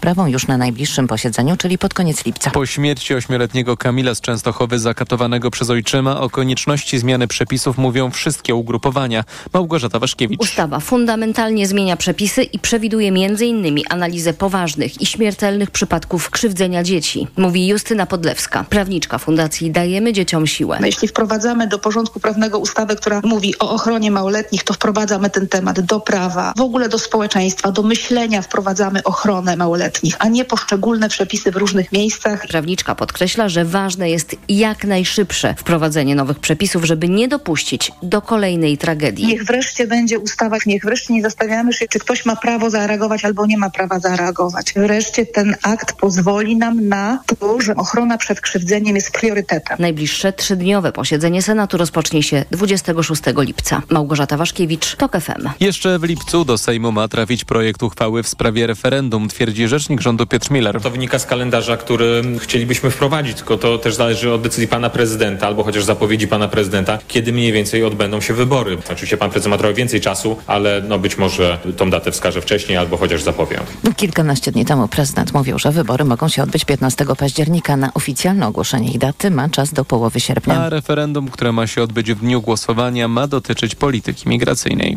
sprawą już na najbliższym posiedzeniu, czyli pod koniec lipca. Po śmierci 8-letniego Kamila z Częstochowy zakatowanego przez ojczyma o konieczności zmiany przepisów mówią wszystkie ugrupowania. Małgorzata Waszkiewicz. Ustawa fundamentalnie zmienia przepisy i przewiduje m.in. analizę poważnych i śmiertelnych przypadków krzywdzenia dzieci, mówi Justyna Podlewska, prawniczka Fundacji Dajemy Dzieciom Siłę. Jeśli wprowadzamy do porządku prawnego ustawę, która mówi o ochronie małoletnich, to wprowadzamy ten temat do prawa, w ogóle do społeczeństwa, do myślenia wprowadzamy ochronę małoletnich, a nie poszczególne przepisy w różnych miejscach. Prawniczka podkreśla, że ważne jest jak najszybsze wprowadzenie nowych przepisów, żeby nie dopuścić do kolejnej tragedii. Niech wreszcie będzie ustawa, niech wreszcie nie zastanawiamy się, czy ktoś ma prawo zareagować albo nie ma prawa zareagować. Wreszcie ten akt pozwoli nam na to, że ochrona przed krzywdzeniem jest priorytetem. Najbliższe 3-dniowe posiedzenie Senatu rozpocznie się 26 lipca. Małgorzata Waszkiewicz, TOK FM. Jeszcze w lipcu do Sejmu ma trafić projekt uchwały w sprawie referendum, twierdzi rzecznik rządu Piotr Miller. To wynika z kalendarza, który chcielibyśmy wprowadzić, tylko to też zależy od decyzji pana prezydenta albo chociaż zapowiedzi pana prezydenta, kiedy mniej więcej odbędą się wybory. Oczywiście pan prezydent ma trochę więcej czasu, ale być może tą datę wskaże wcześniej albo chociaż zapowie. Kilkanaście dni temu prezydent mówił, że wybory mogą się odbyć 15 października. Na oficjalne ogłoszenie ich daty ma czas do połowy sierpnia. A referendum, które ma się odbyć w dniu głosowania, ma dotyczyć polityki migracyjnej.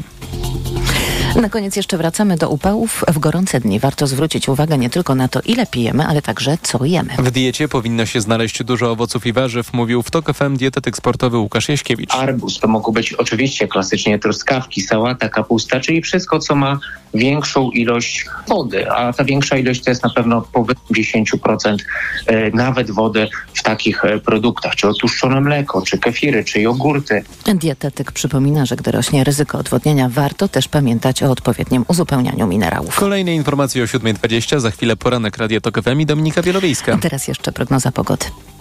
Na koniec jeszcze wracamy do upałów. W gorące dni warto zwrócić uwagę nie tylko na to, ile pijemy, ale także co jemy. W diecie powinno się znaleźć dużo owoców i warzyw, mówił w TOK FM dietetyk sportowy Łukasz Jaśkiewicz. Arbuz to mogą być oczywiście klasycznie truskawki, sałata, kapusta, czyli wszystko, co ma większą ilość wody, a ta większa ilość to jest na pewno powyżej 10% nawet wody w takich produktach, czy otłuszczone mleko, czy kefiry, czy jogurty. Dietetyk przypomina, że gdy rośnie ryzyko odwodnienia, warto też pamiętać o odpowiednim uzupełnianiu minerałów. Kolejne informacje o 7:20, za chwilę poranek Radia TOK FM i Dominika Wielowiejska. A teraz jeszcze prognoza pogody.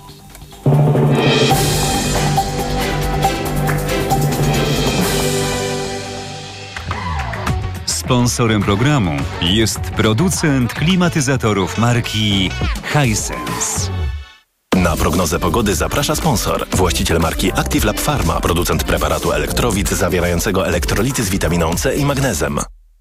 Sponsorem programu jest producent klimatyzatorów marki Hisense. Na prognozę pogody zaprasza sponsor. Właściciel marki Active Lab Pharma, producent preparatu Elektrowid zawierającego elektrolity z witaminą C i magnezem.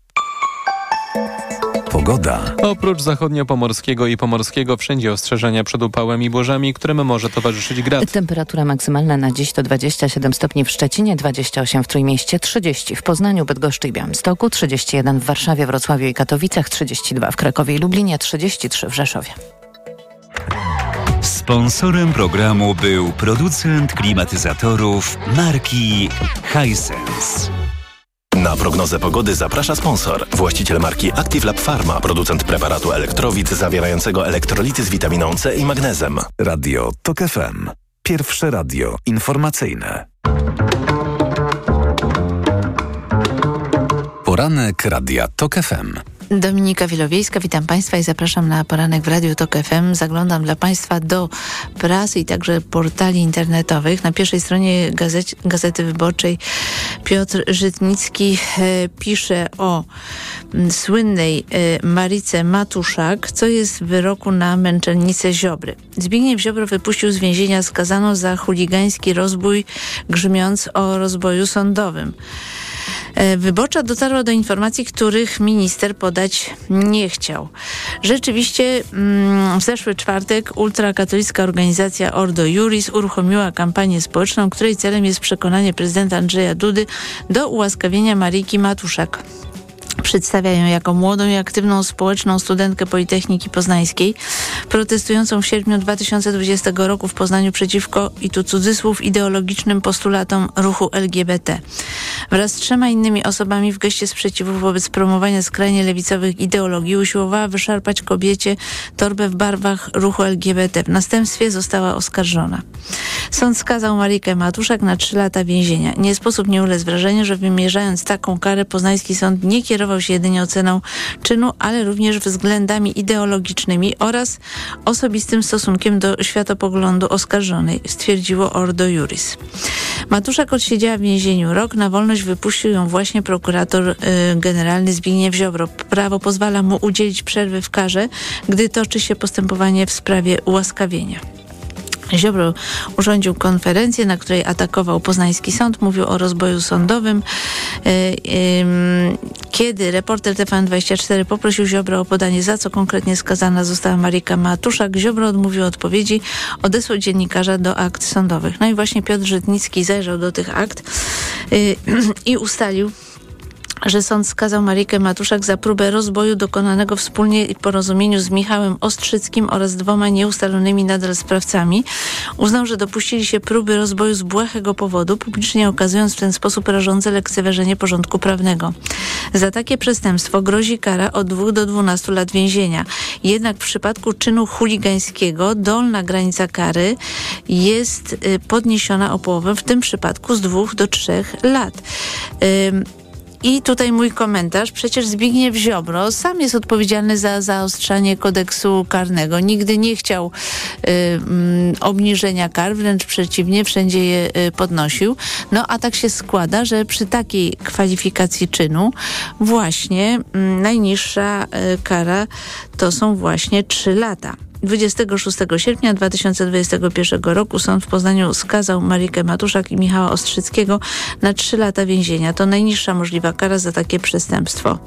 Pogoda. Oprócz zachodniopomorskiego i pomorskiego wszędzie ostrzeżenia przed upałem i burzami, którym może towarzyszyć grad. Temperatura maksymalna na dziś to 27 stopni w Szczecinie, 28 w Trójmieście, 30 w Poznaniu, Bydgoszczy i Białymstoku, 31 w Warszawie, Wrocławiu i Katowicach, 32 w Krakowie i Lublinie, 33 w Rzeszowie. Sponsorem programu był producent klimatyzatorów marki Hisense. Na prognozę pogody zaprasza sponsor. Właściciel marki Active Lab Pharma, producent preparatu Elektrowid zawierającego elektrolity z witaminą C i magnezem. Radio TOK FM. Pierwsze radio informacyjne. Poranek Radia TOK FM. Dominika Wielowiejska, witam Państwa i zapraszam na poranek w Radiu TOK FM. Zaglądam dla Państwa do prasy i także portali internetowych. Na pierwszej stronie Gazety Wyborczej Piotr Żytnicki pisze o słynnej Marice Matuszak, co jest w wyroku na męczennicę Ziobry. Zbigniew Ziobro wypuścił z więzienia skazaną za chuligański rozbój, grzmiąc o rozboju sądowym. Wyborcza dotarła do informacji, których minister podać nie chciał. Rzeczywiście w zeszły czwartek ultrakatolicka organizacja Ordo Iuris uruchomiła kampanię społeczną, której celem jest przekonanie prezydenta Andrzeja Dudy do ułaskawienia Maryjki Matuszak. Przedstawia ją jako młodą i aktywną społeczną studentkę Politechniki Poznańskiej, protestującą w sierpniu 2020 roku w Poznaniu przeciwko, i tu cudzysłów, ideologicznym postulatom ruchu LGBT. Wraz z 3 innymi osobami w geście sprzeciwu wobec promowania skrajnie lewicowych ideologii usiłowała wyszarpać kobiecie torbę w barwach ruchu LGBT. W następstwie została oskarżona. Sąd skazał Maryjkę Matuszak na 3 lata więzienia. Nie sposób nie ulec wrażenia, że wymierzając taką karę, poznański sąd nie kierował się jedynie oceną czynu, ale również względami ideologicznymi oraz osobistym stosunkiem do światopoglądu oskarżonej, stwierdziło Ordo Iuris. Matuszak odsiedziała w więzieniu rok, na wolność wypuścił ją właśnie prokurator generalny Zbigniew Ziobro. Prawo pozwala mu udzielić przerwy w karze, gdy toczy się postępowanie w sprawie ułaskawienia. Ziobro urządził konferencję, na której atakował poznański sąd, mówił o rozboju sądowym. Kiedy reporter TVN24 poprosił Ziobro o podanie, za co konkretnie skazana została Marika Matuszak, Ziobro odmówił odpowiedzi, odesłał dziennikarza do akt sądowych. No i właśnie Piotr Żytnicki zajrzał do tych akt i ustalił, że sąd skazał Marikę Matuszak za próbę rozboju dokonanego wspólnie i w porozumieniu z Michałem Ostrzyckim oraz 2 nieustalonymi nadal sprawcami. Uznał, że dopuścili się próby rozboju z błahego powodu, publicznie okazując w ten sposób rażące lekceważenie porządku prawnego. Za takie przestępstwo grozi kara od 2 do 12 lat więzienia. Jednak w przypadku czynu chuligańskiego dolna granica kary jest podniesiona o połowę, w tym przypadku z 2 do 3 lat. I tutaj mój komentarz. Przecież Zbigniew Ziobro sam jest odpowiedzialny za zaostrzanie kodeksu karnego. Nigdy nie chciał obniżenia kar, wręcz przeciwnie, wszędzie je podnosił. No a tak się składa, że przy takiej kwalifikacji czynu właśnie najniższa kara to są właśnie 3 lata. 26 sierpnia 2021 roku sąd w Poznaniu skazał Marikę Matuszak i Michała Ostrzyckiego na 3 lata więzienia. To najniższa możliwa kara za takie przestępstwo.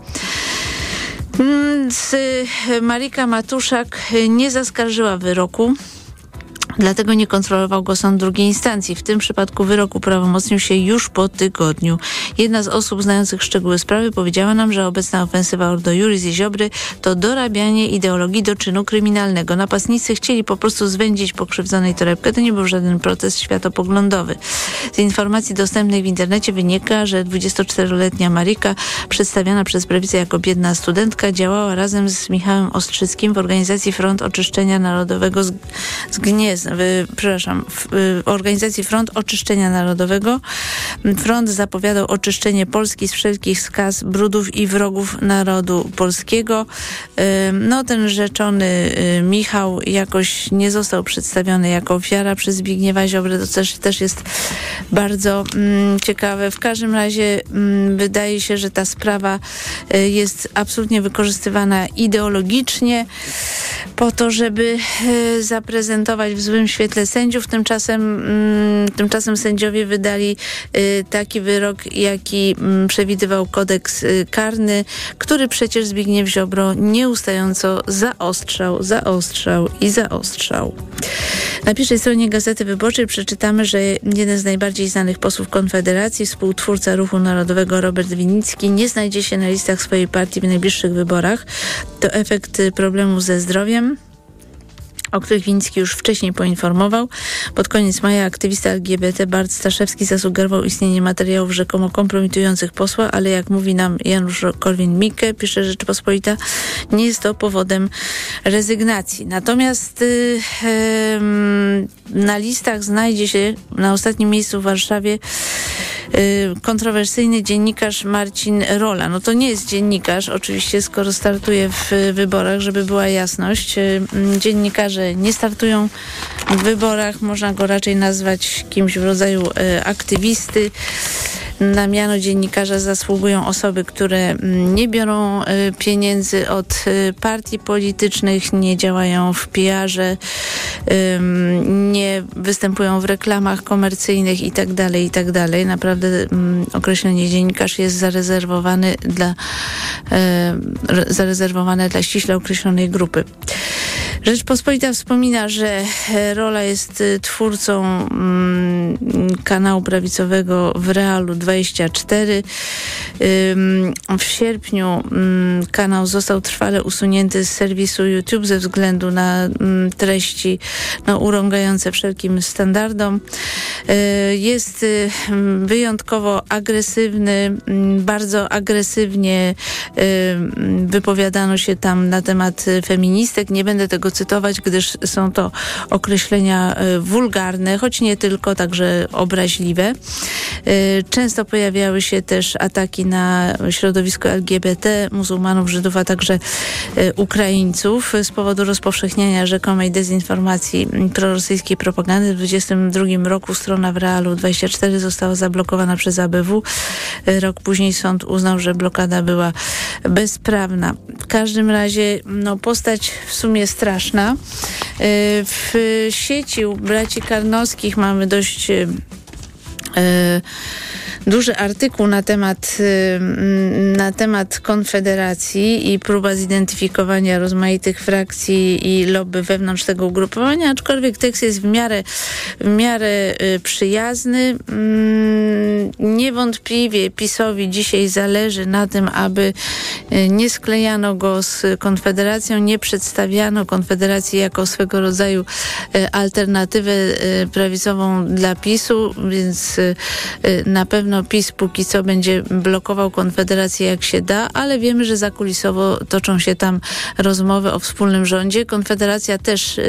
Marika Matuszak nie zaskarżyła wyroku. Dlatego nie kontrolował go sąd drugiej instancji. W tym przypadku wyrok uprawomocnił się już po tygodniu. Jedna z osób znających szczegóły sprawy powiedziała nam, że obecna ofensywa Ordo Iuris i Ziobry to dorabianie ideologii do czynu kryminalnego. Napastnicy chcieli po prostu zwędzić pokrzywdzonej torebkę. To nie był żaden protest światopoglądowy. Z informacji dostępnej w internecie wynika, że 24-letnia Marika, przedstawiana przez prawicę jako biedna studentka, działała razem z Michałem Ostrzyckim w organizacji Front Oczyszczenia Narodowego z Gniezna. W organizacji Front Oczyszczenia Narodowego. Front zapowiadał oczyszczenie Polski z wszelkich skaz, brudów i wrogów narodu polskiego. No ten rzeczony Michał jakoś nie został przedstawiony jako ofiara przez Zbigniewa Ziobrę. To też jest bardzo ciekawe. W każdym razie wydaje się, że ta sprawa jest absolutnie wykorzystywana ideologicznie po to, żeby zaprezentować w złym świetle sędziów. Tymczasem sędziowie wydali taki wyrok, jaki przewidywał kodeks karny, który przecież Zbigniew Ziobro nieustająco zaostrzał. Na pierwszej stronie Gazety Wyborczej przeczytamy, że jeden z najbardziej znanych posłów Konfederacji, współtwórca Ruchu Narodowego Robert Winnicki, nie znajdzie się na listach swojej partii w najbliższych wyborach. To efekt problemu ze zdrowiem, o których Winnicki już wcześniej poinformował. Pod koniec maja aktywista LGBT Bart Staszewski zasugerował istnienie materiałów rzekomo kompromitujących posła, ale jak mówi nam Janusz Korwin-Mikke, pisze Rzeczpospolita, nie jest to powodem rezygnacji. Natomiast na listach znajdzie się na ostatnim miejscu w Warszawie kontrowersyjny dziennikarz Marcin Rola. No to nie jest dziennikarz, oczywiście, skoro startuje w wyborach, żeby była jasność. Dziennikarze nie startują w wyborach, można go raczej nazwać kimś w rodzaju aktywisty. Na miano dziennikarza zasługują osoby, które nie biorą pieniędzy od partii politycznych, nie działają w PR-ze, nie występują w reklamach komercyjnych itd. Naprawdę określenie dziennikarz jest zarezerwowane dla ściśle określonej grupy. Rzeczpospolita wspomina, że Rola jest twórcą kanału prawicowego w Realu 24. W sierpniu kanał został trwale usunięty z serwisu YouTube ze względu na treści urągające wszelkim standardom. Jest wyjątkowo agresywny, bardzo agresywnie wypowiadano się tam na temat feministek. Nie będę tego cytować, gdyż są to określenia wulgarne, choć nie tylko, także obraźliwe. Często pojawiały się też ataki na środowisko LGBT, muzułmanów, Żydów, a także Ukraińców z powodu rozpowszechniania rzekomej dezinformacji prorosyjskiej propagandy. W 2022 roku strona w Realu 24 została zablokowana przez ABW. Rok później sąd uznał, że blokada była bezprawna. W każdym razie postać w sumie straszna. polityczna. W sieci u braci Karnowskich mamy dość duży artykuł na temat Konfederacji i próba zidentyfikowania rozmaitych frakcji i lobby wewnątrz tego ugrupowania, aczkolwiek tekst jest w miarę przyjazny. Niewątpliwie PiS-owi dzisiaj zależy na tym, aby nie sklejano go z Konfederacją, nie przedstawiano Konfederacji jako swego rodzaju alternatywę prawicową dla PiS-u, więc na pewno PiS póki co będzie blokował Konfederację jak się da, ale wiemy, że zakulisowo toczą się tam rozmowy o wspólnym rządzie. Konfederacja też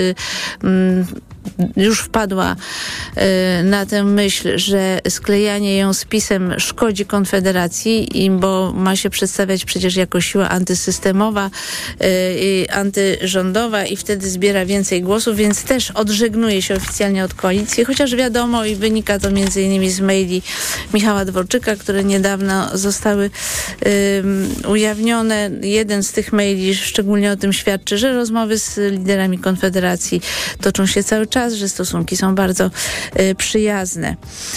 już wpadła na tę myśl, że sklejanie ją z PiS-em szkodzi Konfederacji, bo ma się przedstawiać przecież jako siła antysystemowa i antyrządowa i wtedy zbiera więcej głosów, więc też odżegnuje się oficjalnie od koalicji, chociaż wiadomo i wynika to m.in. z maili Michała Dworczyka, które niedawno zostały ujawnione. Jeden z tych maili szczególnie o tym świadczy, że rozmowy z liderami Konfederacji toczą się cały czas, że stosunki są bardzo przyjazne.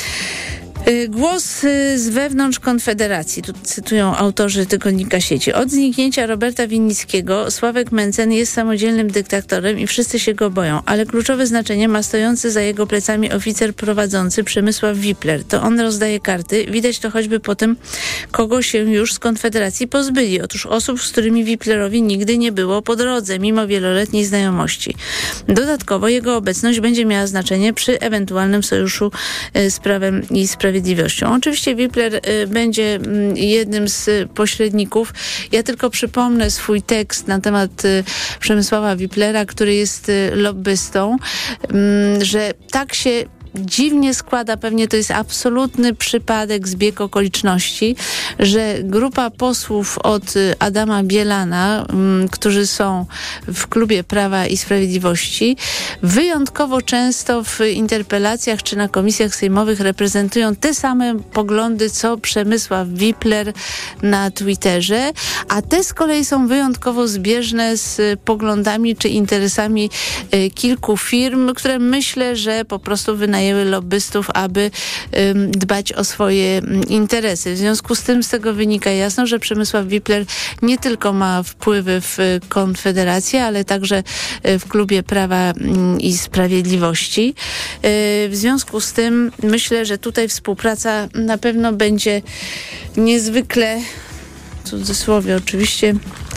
Głos z wewnątrz Konfederacji. Tu cytują autorzy tygodnika Sieci. Od zniknięcia Roberta Winnickiego Sławek Mencen jest samodzielnym dyktatorem i wszyscy się go boją, ale kluczowe znaczenie ma stojący za jego plecami oficer prowadzący Przemysław Wipler. To on rozdaje karty. Widać to choćby po tym, kogo się już z Konfederacji pozbyli. Otóż osób, z którymi Wiplerowi nigdy nie było po drodze, mimo wieloletniej znajomości. Dodatkowo jego obecność będzie miała znaczenie przy ewentualnym sojuszu z Prawem i Sprawiedliwością. Oczywiście Wipler będzie jednym z pośredników. Ja tylko przypomnę swój tekst na temat Przemysława Wiplera, który jest lobbystą, że tak się dziwnie składa, pewnie to jest absolutny przypadek, zbieg okoliczności, że grupa posłów od Adama Bielana, którzy są w klubie Prawa i Sprawiedliwości, wyjątkowo często w interpelacjach czy na komisjach sejmowych reprezentują te same poglądy, co Przemysław Wipler na Twitterze, a te z kolei są wyjątkowo zbieżne z poglądami czy interesami kilku firm, które myślę, że po prostu wynajęły lobbystów, aby dbać o swoje interesy. W związku z tym z tego wynika jasno, że Przemysław Wipler nie tylko ma wpływy w Konfederacji, ale także w klubie Prawa i Sprawiedliwości. W związku z tym myślę, że tutaj współpraca na pewno będzie niezwykle, w cudzysłowie oczywiście,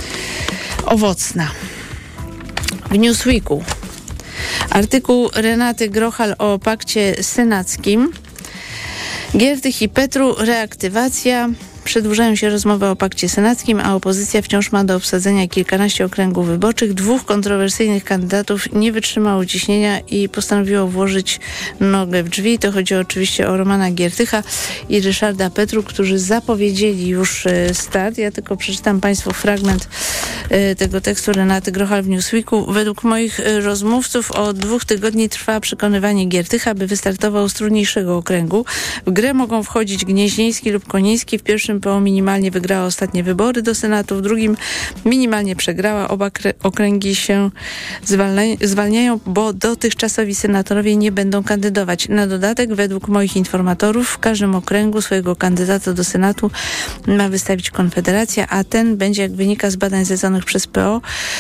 owocna. W Newsweeku artykuł Renaty Grochal o pakcie senackim. Giertych i Petru, reaktywacja. Przedłużają się rozmowy o pakcie senackim, a opozycja wciąż ma do obsadzenia kilkanaście okręgów wyborczych. Dwóch kontrowersyjnych kandydatów nie wytrzymało ciśnienia i postanowiło włożyć nogę w drzwi. To chodzi oczywiście o Romana Giertycha i Ryszarda Petru, którzy zapowiedzieli już start. Ja tylko przeczytam Państwu fragment tego tekstu Renaty Grochal w Newsweeku. Według moich rozmówców od 2 tygodni trwa przekonywanie Giertycha, by wystartował z trudniejszego okręgu. W grę mogą wchodzić Gnieźnieński lub Koniński. W pierwszym PO minimalnie wygrała ostatnie wybory do Senatu, w drugim minimalnie przegrała. Oba okręgi się zwalniają, bo dotychczasowi senatorowie nie będą kandydować. Na dodatek, według moich informatorów, w każdym okręgu swojego kandydata do Senatu ma wystawić Konfederacja, a ten będzie, jak wynika z badań zleconych przez PO,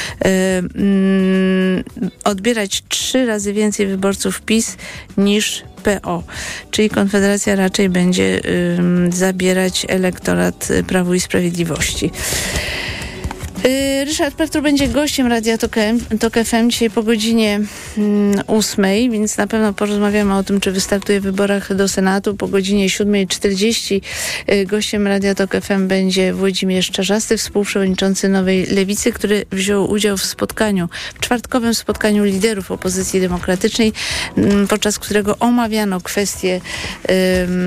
odbierać 3 razy więcej wyborców PiS niż PO, czyli Konfederacja raczej będzie zabierać elektorat Prawu i Sprawiedliwości. Ryszard Petru będzie gościem Radia Tok FM dzisiaj po godzinie 8, więc na pewno porozmawiamy o tym, czy wystartuje w wyborach do Senatu. Po godzinie 7:40 gościem Radia Tok FM będzie Włodzimierz Czarzasty, współprzewodniczący Nowej Lewicy, który wziął udział w czwartkowym spotkaniu liderów opozycji demokratycznej, podczas którego omawiano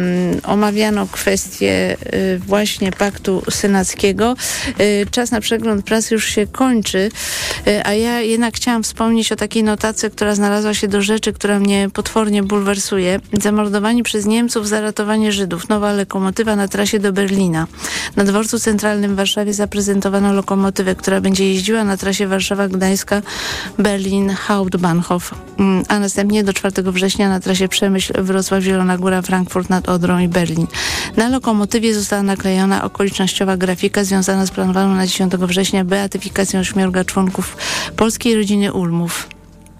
kwestię właśnie paktu senackiego. Czas na przegląd przegląd prasy już się kończy, a ja jednak chciałam wspomnieć o takiej notacji, która znalazła się do rzeczy, która mnie potwornie bulwersuje. Zamordowani przez Niemców za ratowanie Żydów. Nowa lokomotywa na trasie do Berlina. Na dworcu centralnym w Warszawie zaprezentowano lokomotywę, która będzie jeździła na trasie Warszawa-Gdańska, Berlin, Hauptbahnhof, a następnie do 4 września na trasie Przemyśl, Wrocław, Zielona Góra, Frankfurt nad Odrą i Berlin. Na lokomotywie została naklejona okolicznościowa grafika związana z planowaną na 10 września beatyfikacją 8 członków polskiej rodziny Ulmów.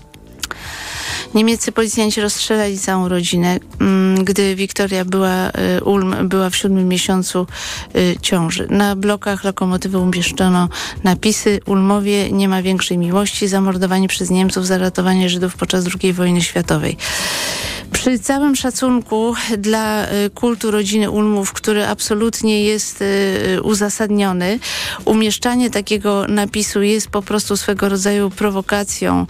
Niemieccy policjanci rozstrzelali całą rodzinę, gdy Wiktoria Ulm była w 7. miesiącu ciąży. Na blokach lokomotywy umieszczono napisy: Ulmowie nie ma większej miłości, zamordowani przez Niemców za ratowanie Żydów podczas II wojny światowej. Przy całym szacunku dla kultu rodziny Ulmów, który absolutnie jest uzasadniony, umieszczanie takiego napisu jest po prostu swego rodzaju prowokacją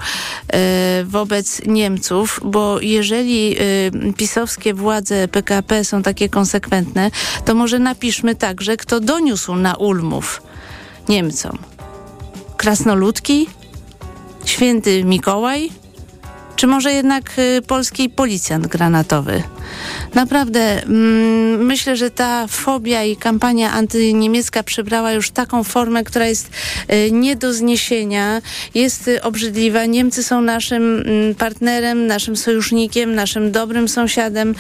wobec Niemców, bo jeżeli pisowskie władze PKP są takie konsekwentne, to może napiszmy także, kto doniósł na Ulmów Niemcom. Krasnoludki? Święty Mikołaj? Czy może jednak polski policjant granatowy? Naprawdę myślę, że ta fobia i kampania antyniemiecka przybrała już taką formę, która jest nie do zniesienia, jest obrzydliwa. Niemcy są naszym partnerem, naszym sojusznikiem, naszym dobrym sąsiadem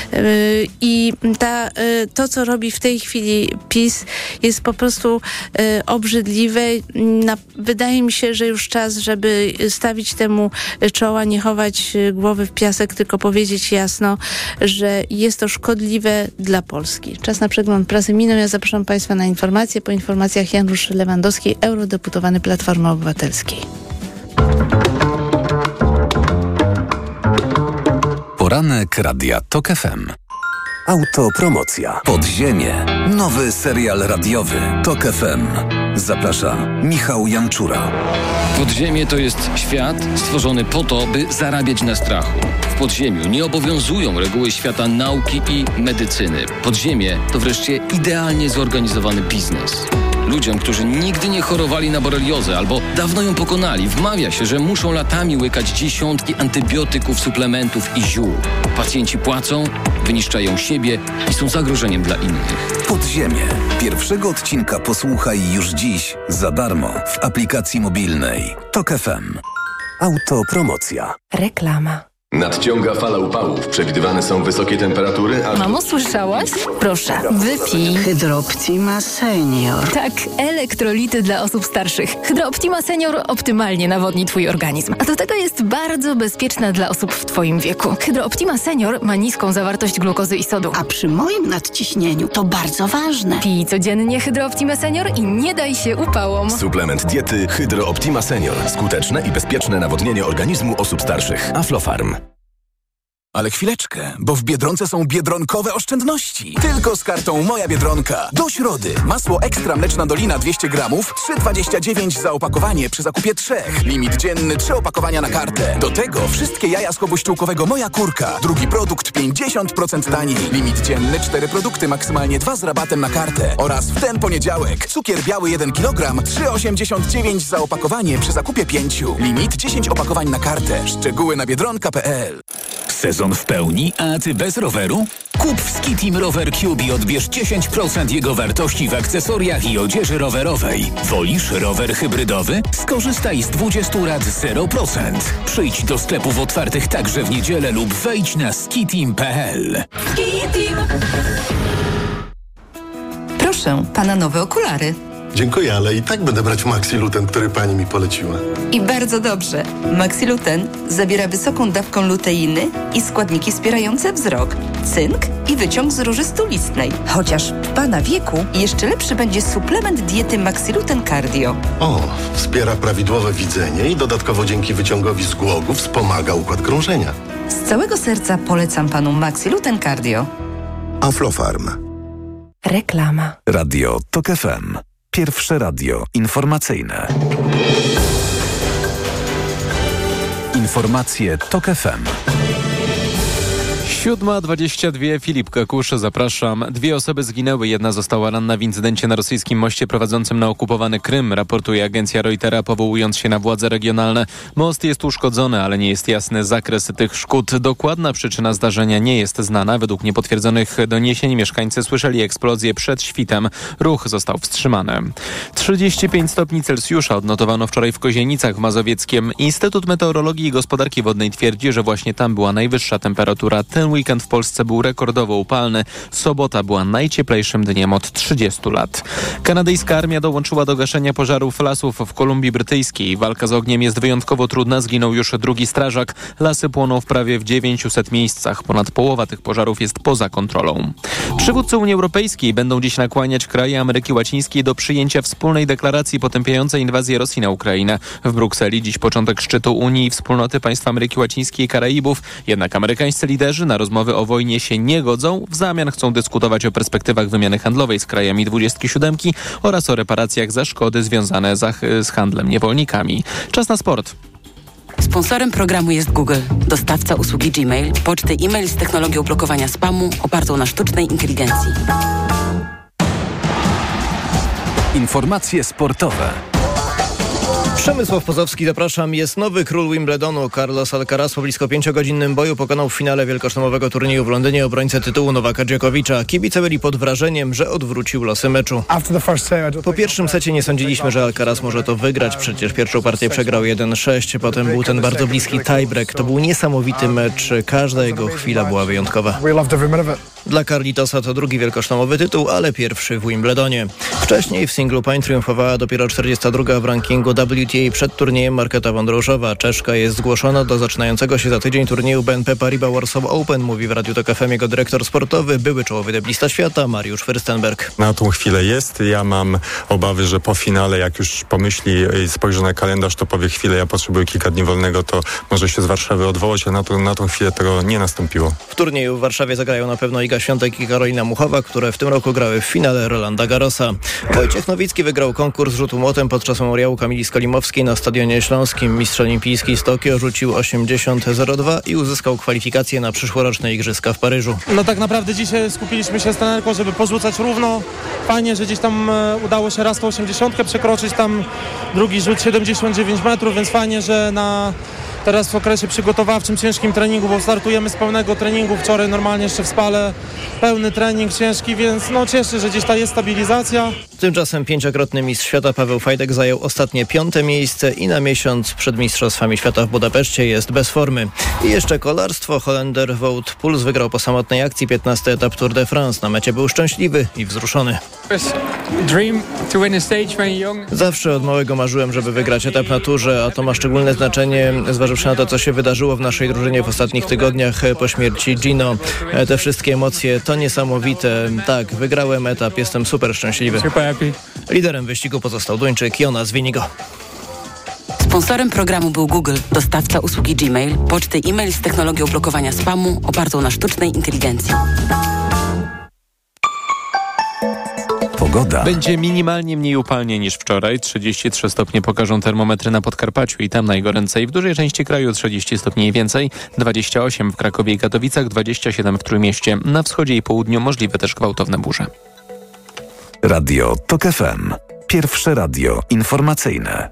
i to, co robi w tej chwili PiS, jest po prostu obrzydliwe. Wydaje mi się, że już czas, żeby stawić temu czoła, nie chować głowy w piasek, tylko powiedzieć jasno, że jest to szkodliwe dla Polski. Czas na przegląd prasy minął. Ja zapraszam Państwa na informacje. Po informacjach Janusz Lewandowski, eurodeputowany Platformy Obywatelskiej. Poranek Radia TOK FM. Autopromocja. Podziemie. Nowy serial radiowy. TOK FM. Zaprasza Michał Janczura. Podziemie to jest świat stworzony po to, by zarabiać na strachu. W podziemiu nie obowiązują reguły świata nauki i medycyny. Podziemie to wreszcie idealnie zorganizowany biznes. Ludziom, którzy nigdy nie chorowali na boreliozę albo dawno ją pokonali, wmawia się, że muszą latami łykać dziesiątki antybiotyków, suplementów i ziół. Pacjenci płacą, wyniszczają siebie i są zagrożeniem dla innych. Podziemie. Pierwszego odcinka posłuchaj już dziś za darmo w aplikacji mobilnej TOK FM. Autopromocja. Reklama. Nadciąga fala upałów. Przewidywane są wysokie temperatury, a... Mamo, słyszałaś? Proszę, wypij. Hydrooptima Senior. Tak, elektrolity dla osób starszych. Hydrooptima Senior optymalnie nawodni Twój organizm. A do tego jest bardzo bezpieczna dla osób w Twoim wieku. Hydrooptima Senior ma niską zawartość glukozy i sodu. A przy moim nadciśnieniu to bardzo ważne. Pij codziennie Hydrooptima Senior i nie daj się upałom. Suplement diety Hydrooptima Senior. Skuteczne i bezpieczne nawodnienie organizmu osób starszych. Aflofarm. Ale chwileczkę, bo w Biedronce są biedronkowe oszczędności. Tylko z kartą Moja Biedronka. Do środy. Masło ekstra mleczna Dolina 200 gramów, 3,29 za opakowanie przy zakupie 3. Limit dzienny 3 opakowania na kartę. Do tego wszystkie jaja z chowu ściółkowego Moja Kurka. Drugi produkt 50% taniej. Limit dzienny 4 produkty, maksymalnie 2 z rabatem na kartę. Oraz w ten poniedziałek cukier biały 1 kg, 3,89 za opakowanie przy zakupie 5. Limit 10 opakowań na kartę. Szczegóły na biedronka.pl. Sezon w pełni, a ty bez roweru? Kup w Skitim Rower Cube i odbierz 10% jego wartości w akcesoriach i odzieży rowerowej. Wolisz rower hybrydowy? Skorzystaj z 20 lat 0%. Przyjdź do sklepów otwartych także w niedzielę lub wejdź na skitim.pl. Skitim. Proszę, pana nowe okulary. Dziękuję, ale i tak będę brać Maxiluten, który pani mi poleciła. I bardzo dobrze. Maxiluten zawiera wysoką dawką luteiny i składniki wspierające wzrok, cynk i wyciąg z róży stulistnej. Chociaż w pana wieku jeszcze lepszy będzie suplement diety Maxiluten Cardio. O, wspiera prawidłowe widzenie i dodatkowo dzięki wyciągowi z głogu wspomaga układ krążenia. Z całego serca polecam panu Maxiluten Cardio. Aflofarm. Reklama. Radio TOK FM. Pierwsze radio informacyjne. Informacje TOK FM. 7:22, Filip Kakusz, zapraszam. 2 osoby zginęły, 1 została ranna w incydencie na rosyjskim moście prowadzącym na okupowany Krym, raportuje agencja Reutera, powołując się na władze regionalne. Most jest uszkodzony, ale nie jest jasny zakres tych szkód. Dokładna przyczyna zdarzenia nie jest znana. Według niepotwierdzonych doniesień mieszkańcy słyszeli eksplozję przed świtem. Ruch został wstrzymany. 35 stopni Celsjusza odnotowano wczoraj w Kozienicach w Mazowieckiem. Instytut Meteorologii i Gospodarki Wodnej twierdzi, że właśnie tam była najwyższa temperatura. Ten weekend w Polsce był rekordowo upalny. Sobota była najcieplejszym dniem od 30 lat. Kanadyjska armia dołączyła do gaszenia pożarów lasów w Kolumbii Brytyjskiej. Walka z ogniem jest wyjątkowo trudna. Zginął już 2. strażak. Lasy płoną w prawie w 900 miejscach. Ponad połowa tych pożarów jest poza kontrolą. Przywódcy Unii Europejskiej będą dziś nakłaniać kraje Ameryki Łacińskiej do przyjęcia wspólnej deklaracji potępiającej inwazję Rosji na Ukrainę. W Brukseli dziś początek szczytu Unii i Wspólnoty Państw Ameryki Łacińskiej i Karaibów. Jednak amerykańscy liderzy na rozmowy o wojnie się nie godzą. W zamian chcą dyskutować o perspektywach wymiany handlowej z krajami 27 oraz o reparacjach za szkody związane z handlem niewolnikami. Czas na sport. Sponsorem programu jest Google, dostawca usługi Gmail, poczty e-mail z technologią blokowania spamu opartą na sztucznej inteligencji. Informacje sportowe. Przemysław Pozowski, zapraszam. Jest nowy król Wimbledonu. Carlos Alcaraz po blisko 5-godzinnym boju pokonał w finale wielkoszlemowego turnieju w Londynie obrońcę tytułu Nowaka Dżokowicza. Kibice byli pod wrażeniem, że odwrócił losy meczu. Po pierwszym secie nie sądziliśmy, że Alcaraz może to wygrać. Przecież pierwszą partię przegrał 1-6. Potem był ten bardzo bliski tiebreak. To był niesamowity mecz. Każda jego chwila była wyjątkowa. Dla Carlitosa to drugi wielkoszlemowy tytuł, ale pierwszy w Wimbledonie. Wcześniej w singlu pań triumfowała dopiero 42. w rankingu WTA przed turniejem Marketa Wondruszowa. Czeszka jest zgłoszona do zaczynającego się za tydzień turnieju BNP Paribas Warsaw Open, mówi w Radiu Tok FM jego dyrektor sportowy, były czołowy deblista świata Mariusz Fürstenberg. Na tą chwilę jest. Ja mam obawy, że po finale, jak już pomyśli i spojrzy na kalendarz, to powie chwilę, ja potrzebuję kilka dni wolnego, to może się z Warszawy odwołać, a na tą chwilę tego nie nastąpiło. W turnieju w Warszawie zagrają na pewno Iga Świątek i Karolina Muchowa, które w tym roku grały w finale Rolanda Garrosa. Wojciech Nowicki wygrał konkurs rzutu młotem podczas memoriału Kamili Skolimowskiej na Stadionie Śląskim. Mistrz olimpijski z Tokio rzucił 80,02 i uzyskał kwalifikacje na przyszłoroczne igrzyska w Paryżu. No tak naprawdę dzisiaj skupiliśmy się z trenerką, żeby porzucać równo. Fajnie, że gdzieś tam udało się raz tą 80 przekroczyć, tam drugi rzut 79 metrów, więc fajnie, że teraz w okresie przygotowawczym, ciężkim treningu, bo startujemy z pełnego treningu. Wczoraj normalnie jeszcze w Spale pełny trening ciężki, więc cieszę, że gdzieś ta jest stabilizacja. Tymczasem 5-krotny mistrz świata Paweł Fajdek zajął ostatnie 5. miejsce i na miesiąc przed Mistrzostwami Świata w Budapeszcie jest bez formy. I jeszcze kolarstwo. Holender Wout Poels wygrał po samotnej akcji 15. etap Tour de France. Na mecie był szczęśliwy i wzruszony. Zawsze od małego marzyłem, żeby wygrać etap na Tourze, a to ma szczególne znaczenie, zważywszy na to, co się wydarzyło w naszej drużynie w ostatnich tygodniach po śmierci Gino. Te wszystkie emocje to niesamowite. Tak, wygrałem etap, jestem super szczęśliwy. Liderem wyścigu pozostał Duńczyk Jonas Winigo. Sponsorem programu był Google, dostawca usługi Gmail, poczty e-mail z technologią blokowania spamu opartą na sztucznej inteligencji. Pogoda. Będzie minimalnie mniej upalnie niż wczoraj. 33 stopnie pokażą termometry na Podkarpaciu i tam najgoręcej. W dużej części kraju 30 stopni i więcej. 28 w Krakowie i Katowicach, 27 w Trójmieście. Na wschodzie i południu możliwe też gwałtowne burze. Radio Tok FM. Pierwsze radio informacyjne.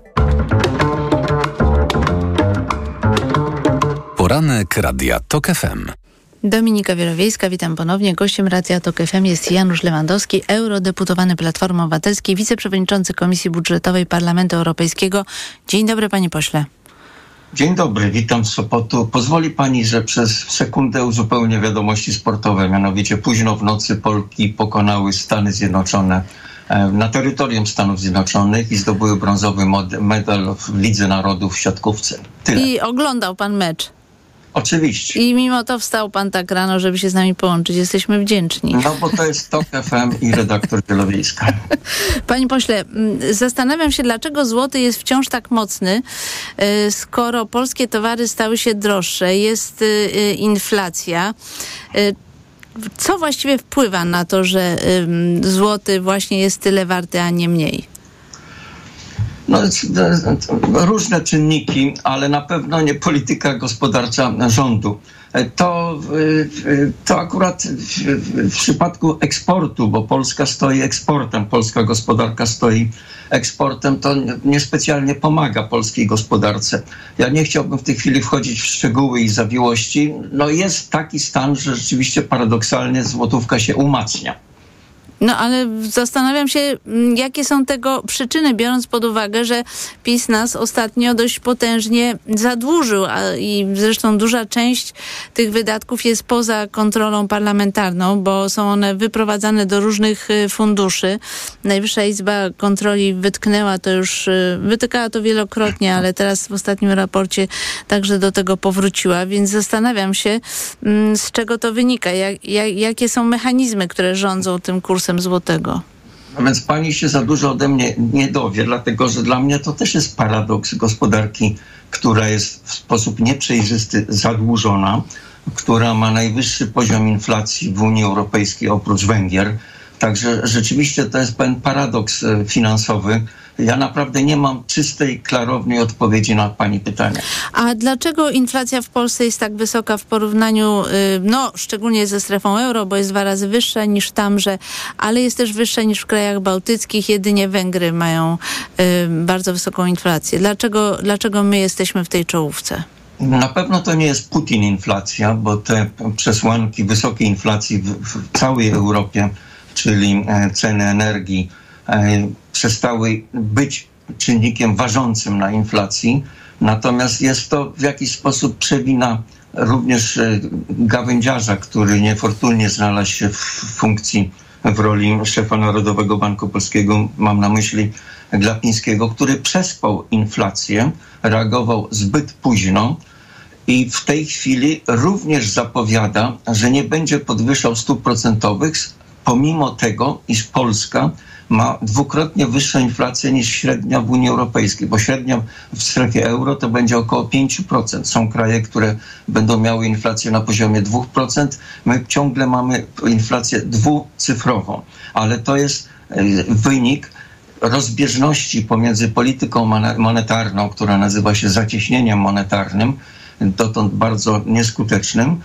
Poranek Radia Tok FM. Dominika Wielowiejska, witam ponownie. Gościem Radia Tok FM jest Janusz Lewandowski, eurodeputowany Platformy Obywatelskiej, wiceprzewodniczący Komisji Budżetowej Parlamentu Europejskiego. Dzień dobry, panie pośle. Dzień dobry, witam z Sopotu. Pozwoli pani, że przez sekundę uzupełnię wiadomości sportowe. Mianowicie późno w nocy Polki pokonały Stany Zjednoczone na terytorium Stanów Zjednoczonych i zdobyły brązowy medal w Lidze Narodów w siatkówce. Tyle. I oglądał pan mecz? Oczywiście. I mimo to wstał pan tak rano, żeby się z nami połączyć. Jesteśmy wdzięczni. No bo to jest Tok FM i redaktor Wielowiejska. Panie pośle, zastanawiam się, dlaczego złoty jest wciąż tak mocny, skoro polskie towary stały się droższe, jest inflacja. Co właściwie wpływa na to, że złoty właśnie jest tyle warty, a nie mniej? No, różne czynniki, ale na pewno nie polityka gospodarcza rządu. To akurat w przypadku eksportu, bo Polska stoi eksportem, polska gospodarka stoi eksportem, to niespecjalnie pomaga polskiej gospodarce. Ja nie chciałbym w tej chwili wchodzić w szczegóły i zawiłości. No jest taki stan, że rzeczywiście paradoksalnie złotówka się umacnia. No ale zastanawiam się, jakie są tego przyczyny, biorąc pod uwagę, że PiS nas ostatnio dość potężnie zadłużył, i zresztą duża część tych wydatków jest poza kontrolą parlamentarną, bo są one wyprowadzane do różnych funduszy. Najwyższa Izba Kontroli wytykała to wielokrotnie, ale teraz w ostatnim raporcie także do tego powróciła, więc zastanawiam się, z czego to wynika, jakie są mechanizmy, które rządzą tym kursem złotego. No więc pani się za dużo ode mnie nie dowie, dlatego że dla mnie to też jest paradoks gospodarki, która jest w sposób nieprzejrzysty zadłużona, która ma najwyższy poziom inflacji w Unii Europejskiej oprócz Węgier. Także rzeczywiście to jest pewien paradoks finansowy. Ja naprawdę nie mam czystej, klarownej odpowiedzi na pani pytanie. A dlaczego inflacja w Polsce jest tak wysoka w porównaniu, szczególnie ze strefą euro, bo jest 2 razy wyższa niż tamże, ale jest też wyższa niż w krajach bałtyckich. Jedynie Węgry mają bardzo wysoką inflację. Dlaczego my jesteśmy w tej czołówce? Na pewno to nie jest Putin inflacja, bo te przesłanki wysokiej inflacji w całej Europie, czyli ceny energii, przestały być czynnikiem ważącym na inflacji. Natomiast jest to w jakiś sposób przewina również gawędziarza, który niefortunnie znalazł się w funkcji, w roli szefa Narodowego Banku Polskiego, mam na myśli Glapińskiego, który przespał inflację, reagował zbyt późno i w tej chwili również zapowiada, że nie będzie podwyższał stóp procentowych, pomimo tego, iż Polska ma 2-krotnie wyższą inflację niż średnia w Unii Europejskiej, bo średnia w strefie euro to będzie około 5%. Są kraje, które będą miały inflację na poziomie 2%. My ciągle mamy inflację dwucyfrową, ale to jest wynik rozbieżności pomiędzy polityką monetarną, która nazywa się zacieśnieniem monetarnym, dotąd bardzo nieskutecznym,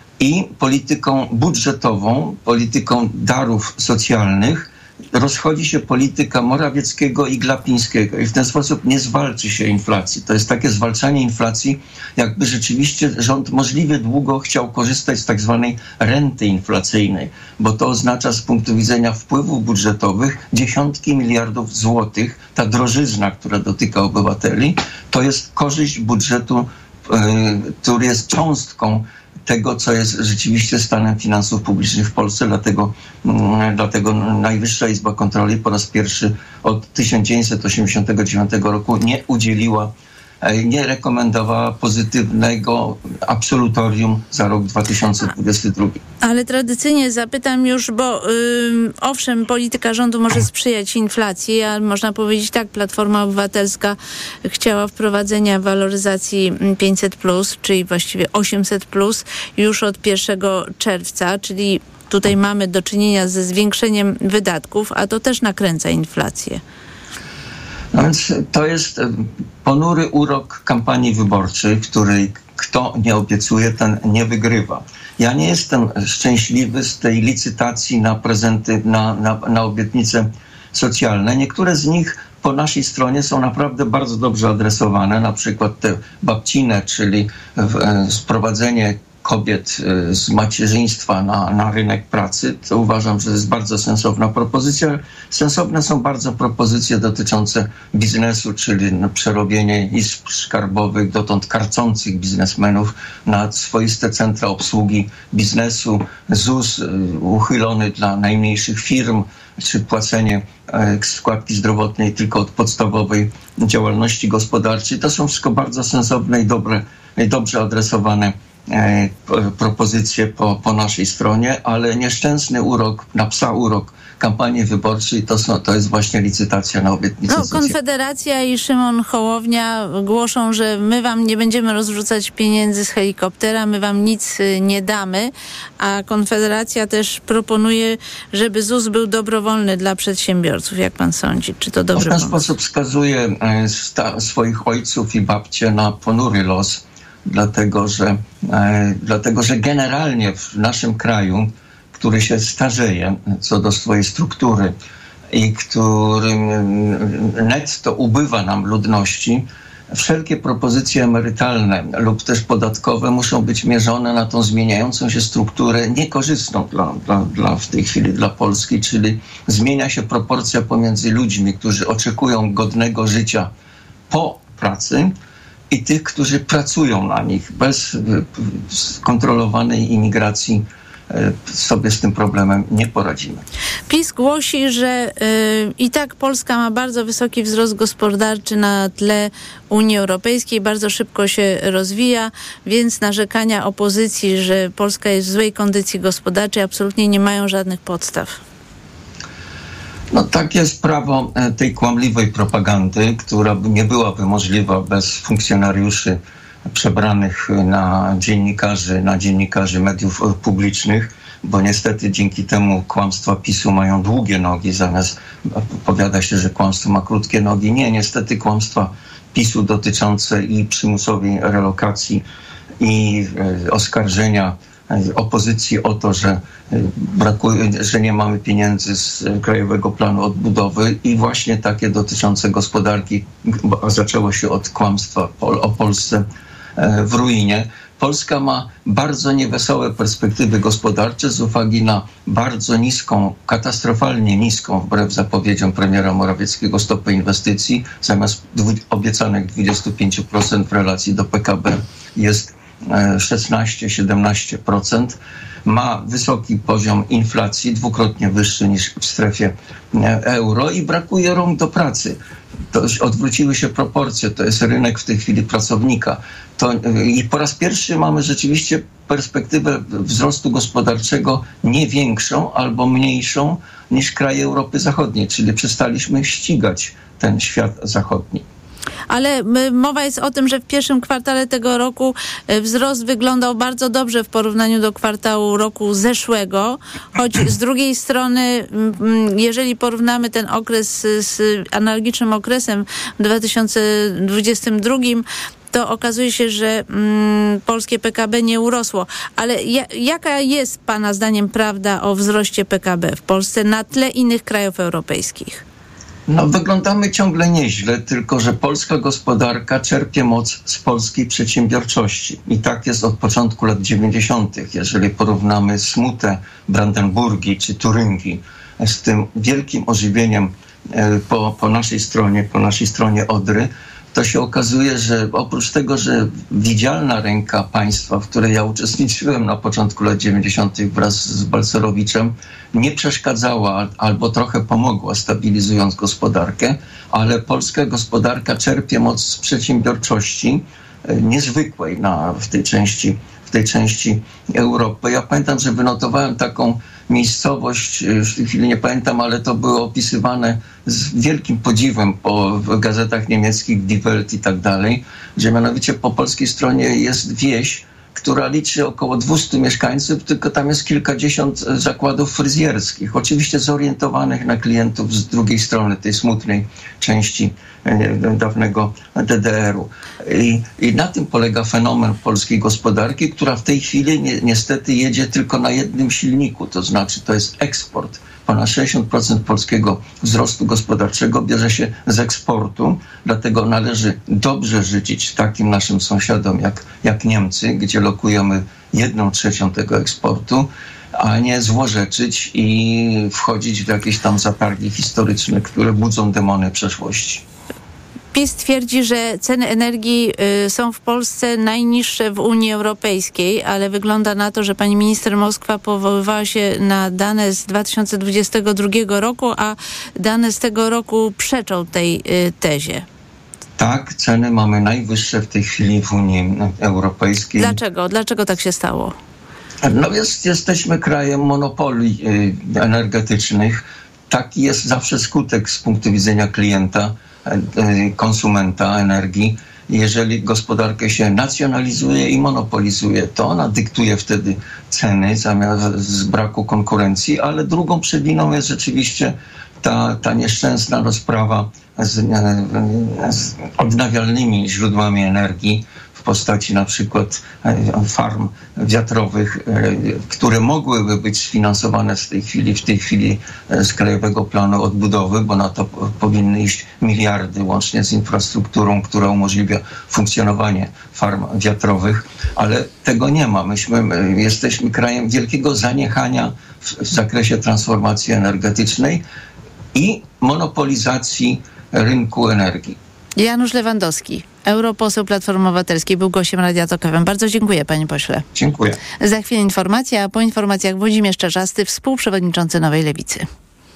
i polityką budżetową, polityką darów socjalnych. Rozchodzi się polityka Morawieckiego i Glapińskiego i w ten sposób nie zwalczy się inflacji. To jest takie zwalczanie inflacji, jakby rzeczywiście rząd możliwie długo chciał korzystać z tak zwanej renty inflacyjnej, bo to oznacza z punktu widzenia wpływów budżetowych dziesiątki miliardów złotych. Ta drożyzna, która dotyka obywateli, to jest korzyść budżetu, który jest cząstką tego, co jest rzeczywiście stanem finansów publicznych w Polsce. Dlatego Najwyższa Izba Kontroli po raz pierwszy od 1989 roku nie rekomendowała pozytywnego absolutorium za rok 2022. Ale tradycyjnie zapytam już, bo owszem, polityka rządu może sprzyjać inflacji, ale można powiedzieć tak, Platforma Obywatelska chciała wprowadzenia waloryzacji 500+, czyli właściwie 800+, już od 1 czerwca, czyli tutaj mamy do czynienia ze zwiększeniem wydatków, a to też nakręca inflację. No więc to jest ponury urok kampanii wyborczej, w której kto nie obiecuje, ten nie wygrywa. Ja nie jestem szczęśliwy z tej licytacji na prezenty, na obietnice socjalne. Niektóre z nich po naszej stronie są naprawdę bardzo dobrze adresowane, na przykład te babcine, czyli sprowadzenie kobiet z macierzyństwa na rynek pracy. To uważam, że jest bardzo sensowna propozycja. Sensowne są bardzo propozycje dotyczące biznesu, czyli przerobienie izb skarbowych, dotąd karcących biznesmenów na swoiste centra obsługi biznesu, ZUS uchylony dla najmniejszych firm, czy płacenie składki zdrowotnej tylko od podstawowej działalności gospodarczej. To są wszystko bardzo sensowne i dobrze adresowane propozycje po naszej stronie, ale nieszczęsny urok, na psa urok kampanii wyborczej to jest właśnie licytacja na obietnicę. Konfederacja i Szymon Hołownia głoszą, że my wam nie będziemy rozrzucać pieniędzy z helikoptera, my wam nic nie damy, a Konfederacja też proponuje, żeby ZUS był dobrowolny dla przedsiębiorców. Jak pan sądzi? Czy to dobry pomysł? W ten sposób skazuje swoich ojców i babcie na ponury los, dlatego że generalnie w naszym kraju, który się starzeje co do swojej struktury i którym netto ubywa nam ludności, wszelkie propozycje emerytalne lub też podatkowe muszą być mierzone na tą zmieniającą się strukturę niekorzystną w tej chwili dla Polski, czyli zmienia się proporcja pomiędzy ludźmi, którzy oczekują godnego życia po pracy i tych, którzy pracują na nich bez skontrolowanej imigracji. Sobie z tym problemem nie poradzimy. PiS głosi, że i tak Polska ma bardzo wysoki wzrost gospodarczy na tle Unii Europejskiej, bardzo szybko się rozwija, więc narzekania opozycji, że Polska jest w złej kondycji gospodarczej, absolutnie nie mają żadnych podstaw. No tak jest prawo tej kłamliwej propagandy, która nie byłaby możliwa bez funkcjonariuszy przebranych na dziennikarzy mediów publicznych, bo niestety dzięki temu kłamstwa PiS-u mają długie nogi, zamiast powiada się, że kłamstwo ma krótkie nogi. Nie, niestety kłamstwa PiS-u dotyczące i przymusowej relokacji i oskarżenia opozycji o to, że że nie mamy pieniędzy z Krajowego Planu Odbudowy i właśnie takie dotyczące gospodarki, bo zaczęło się od kłamstwa o Polsce w ruinie. Polska ma bardzo niewesołe perspektywy gospodarcze z uwagi na bardzo niską, katastrofalnie niską, wbrew zapowiedziom premiera Morawieckiego, stopę inwestycji. Zamiast obiecanych 25% w relacji do PKB jest 16-17%. Ma wysoki poziom inflacji, dwukrotnie wyższy niż w strefie euro i brakuje rąk do pracy. To już odwróciły się proporcje, to jest rynek w tej chwili pracownika. I po raz pierwszy mamy rzeczywiście perspektywę wzrostu gospodarczego nie większą albo mniejszą niż kraje Europy Zachodniej, czyli przestaliśmy ścigać ten świat zachodni. Ale mowa jest o tym, że w pierwszym kwartale tego roku wzrost wyglądał bardzo dobrze w porównaniu do kwartału roku zeszłego, choć z drugiej strony, jeżeli porównamy ten okres z analogicznym okresem w 2022, to okazuje się, że polskie PKB nie urosło. Ale jaka jest pana zdaniem prawda o wzroście PKB w Polsce na tle innych krajów europejskich? No, wyglądamy ciągle nieźle, tylko że polska gospodarka czerpie moc z polskiej przedsiębiorczości. I tak jest od początku lat 90. Jeżeli porównamy smutę Brandenburgii czy Turyngii z tym wielkim ożywieniem po naszej stronie Odry, to się okazuje, że oprócz tego, że widzialna ręka państwa, w której ja uczestniczyłem na początku lat 90. wraz z Balcerowiczem, nie przeszkadzała albo trochę pomogła, stabilizując gospodarkę, ale polska gospodarka czerpie moc z przedsiębiorczości niezwykłej w tej części Europy. Ja pamiętam, że wynotowałem taką miejscowość, już w tej chwili nie pamiętam, ale to było opisywane z wielkim podziwem w gazetach niemieckich, Die Welt i tak dalej, że mianowicie po polskiej stronie jest wieś, która liczy około 200 mieszkańców, tylko tam jest kilkadziesiąt zakładów fryzjerskich, oczywiście zorientowanych na klientów z drugiej strony, tej smutnej części dawnego DDR-u. I na tym polega fenomen polskiej gospodarki, która w tej chwili niestety jedzie tylko na jednym silniku, to znaczy to jest eksport. Ponad 60% polskiego wzrostu gospodarczego bierze się z eksportu, dlatego należy dobrze życzyć takim naszym sąsiadom jak Niemcy, gdzie lokujemy 1/3 tego eksportu, a nie złorzeczyć i wchodzić w jakieś tam zatargi historyczne, które budzą demony przeszłości. PiS twierdzi, że ceny energii są w Polsce najniższe w Unii Europejskiej, ale wygląda na to, że pani minister Moskwa powoływała się na dane z 2022 roku, a dane z tego roku przeczą tej tezie. Tak, ceny mamy najwyższe w tej chwili w Unii Europejskiej. Dlaczego tak się stało? No jesteśmy krajem monopoli energetycznych. Taki jest zawsze skutek z punktu widzenia klienta, konsumenta energii. Jeżeli gospodarkę się nacjonalizuje i monopolizuje, to ona dyktuje wtedy ceny z braku konkurencji, ale drugą przewiną jest rzeczywiście ta nieszczęsna rozprawa z odnawialnymi źródłami energii w postaci na przykład farm wiatrowych, które mogłyby być sfinansowane w tej chwili z Krajowego Planu Odbudowy, bo na to powinny iść miliardy łącznie z infrastrukturą, która umożliwia funkcjonowanie farm wiatrowych, ale tego nie ma. Jesteśmy krajem wielkiego zaniechania w zakresie transformacji energetycznej i monopolizacji rynku energii. Janusz Lewandowski, europoseł Platformy Obywatelskiej, był gościem Radia Tok FM. Bardzo dziękuję, panie pośle. Dziękuję. Za chwilę informacja, a po informacjach Włodzimierz Czarzasty, współprzewodniczący Nowej Lewicy.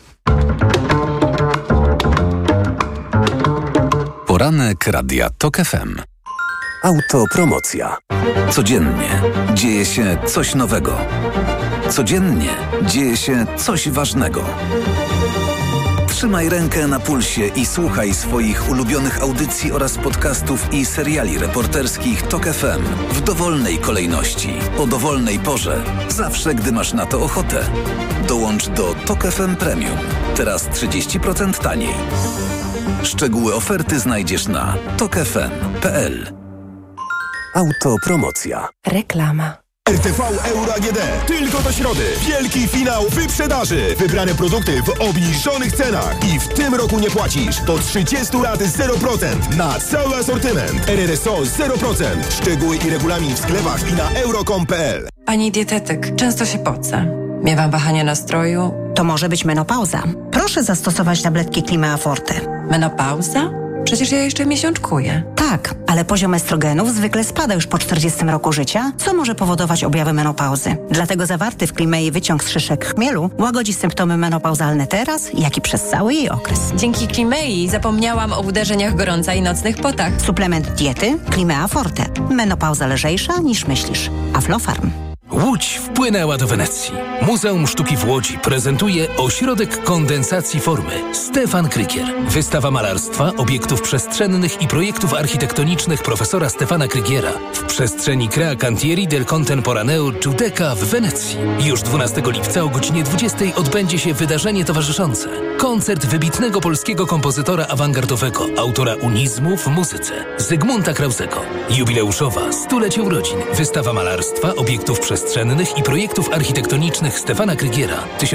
Poranek Radia Tok FM. Autopromocja. Codziennie dzieje się coś nowego. Codziennie dzieje się coś ważnego. Trzymaj rękę na pulsie i słuchaj swoich ulubionych audycji oraz podcastów i seriali reporterskich Tok FM w dowolnej kolejności, o dowolnej porze, zawsze gdy masz na to ochotę. Dołącz do Tok FM Premium. Teraz 30% taniej. Szczegóły oferty znajdziesz na tokfm.pl. Autopromocja. Reklama. RTV Euro AGD. Tylko do środy. Wielki finał wyprzedaży. Wybrane produkty w obniżonych cenach. I w tym roku nie płacisz. Do 30 lat 0% na cały asortyment. RRSO 0%. Szczegóły i regulamin w sklepach i na euro.com.pl. Pani dietetyk, często się pocę. Miewam wahania nastroju. To może być menopauza. Proszę zastosować tabletki Climea Forte. Menopauza? Przecież ja jeszcze miesiączkuję. Tak, ale poziom estrogenów zwykle spada już po 40 roku życia, co może powodować objawy menopauzy. Dlatego zawarty w Climei wyciąg z szyszek chmielu łagodzi symptomy menopauzalne teraz, jak i przez cały jej okres. Dzięki Climei zapomniałam o uderzeniach gorąca i nocnych potach. Suplement diety Climea Forte. Menopauza lżejsza niż myślisz. Aflofarm. Łódź wpłynęła do Wenecji. Muzeum Sztuki w Łodzi prezentuje Ośrodek Kondensacji Formy Stefan Krygier. Wystawa malarstwa, obiektów przestrzennych i projektów architektonicznych profesora Stefana Krygiera w przestrzeni Crea Cantieri del Contemporaneo Giudecca w Wenecji. Już 12 lipca o godzinie 20 odbędzie się wydarzenie towarzyszące. Koncert wybitnego polskiego kompozytora awangardowego, autora unizmu w muzyce, Zygmunta Krausego. Jubileuszowa 100-lecie urodzin. Wystawa malarstwa, obiektów przestrzennych i projektów architektonicznych Stefana Krygiera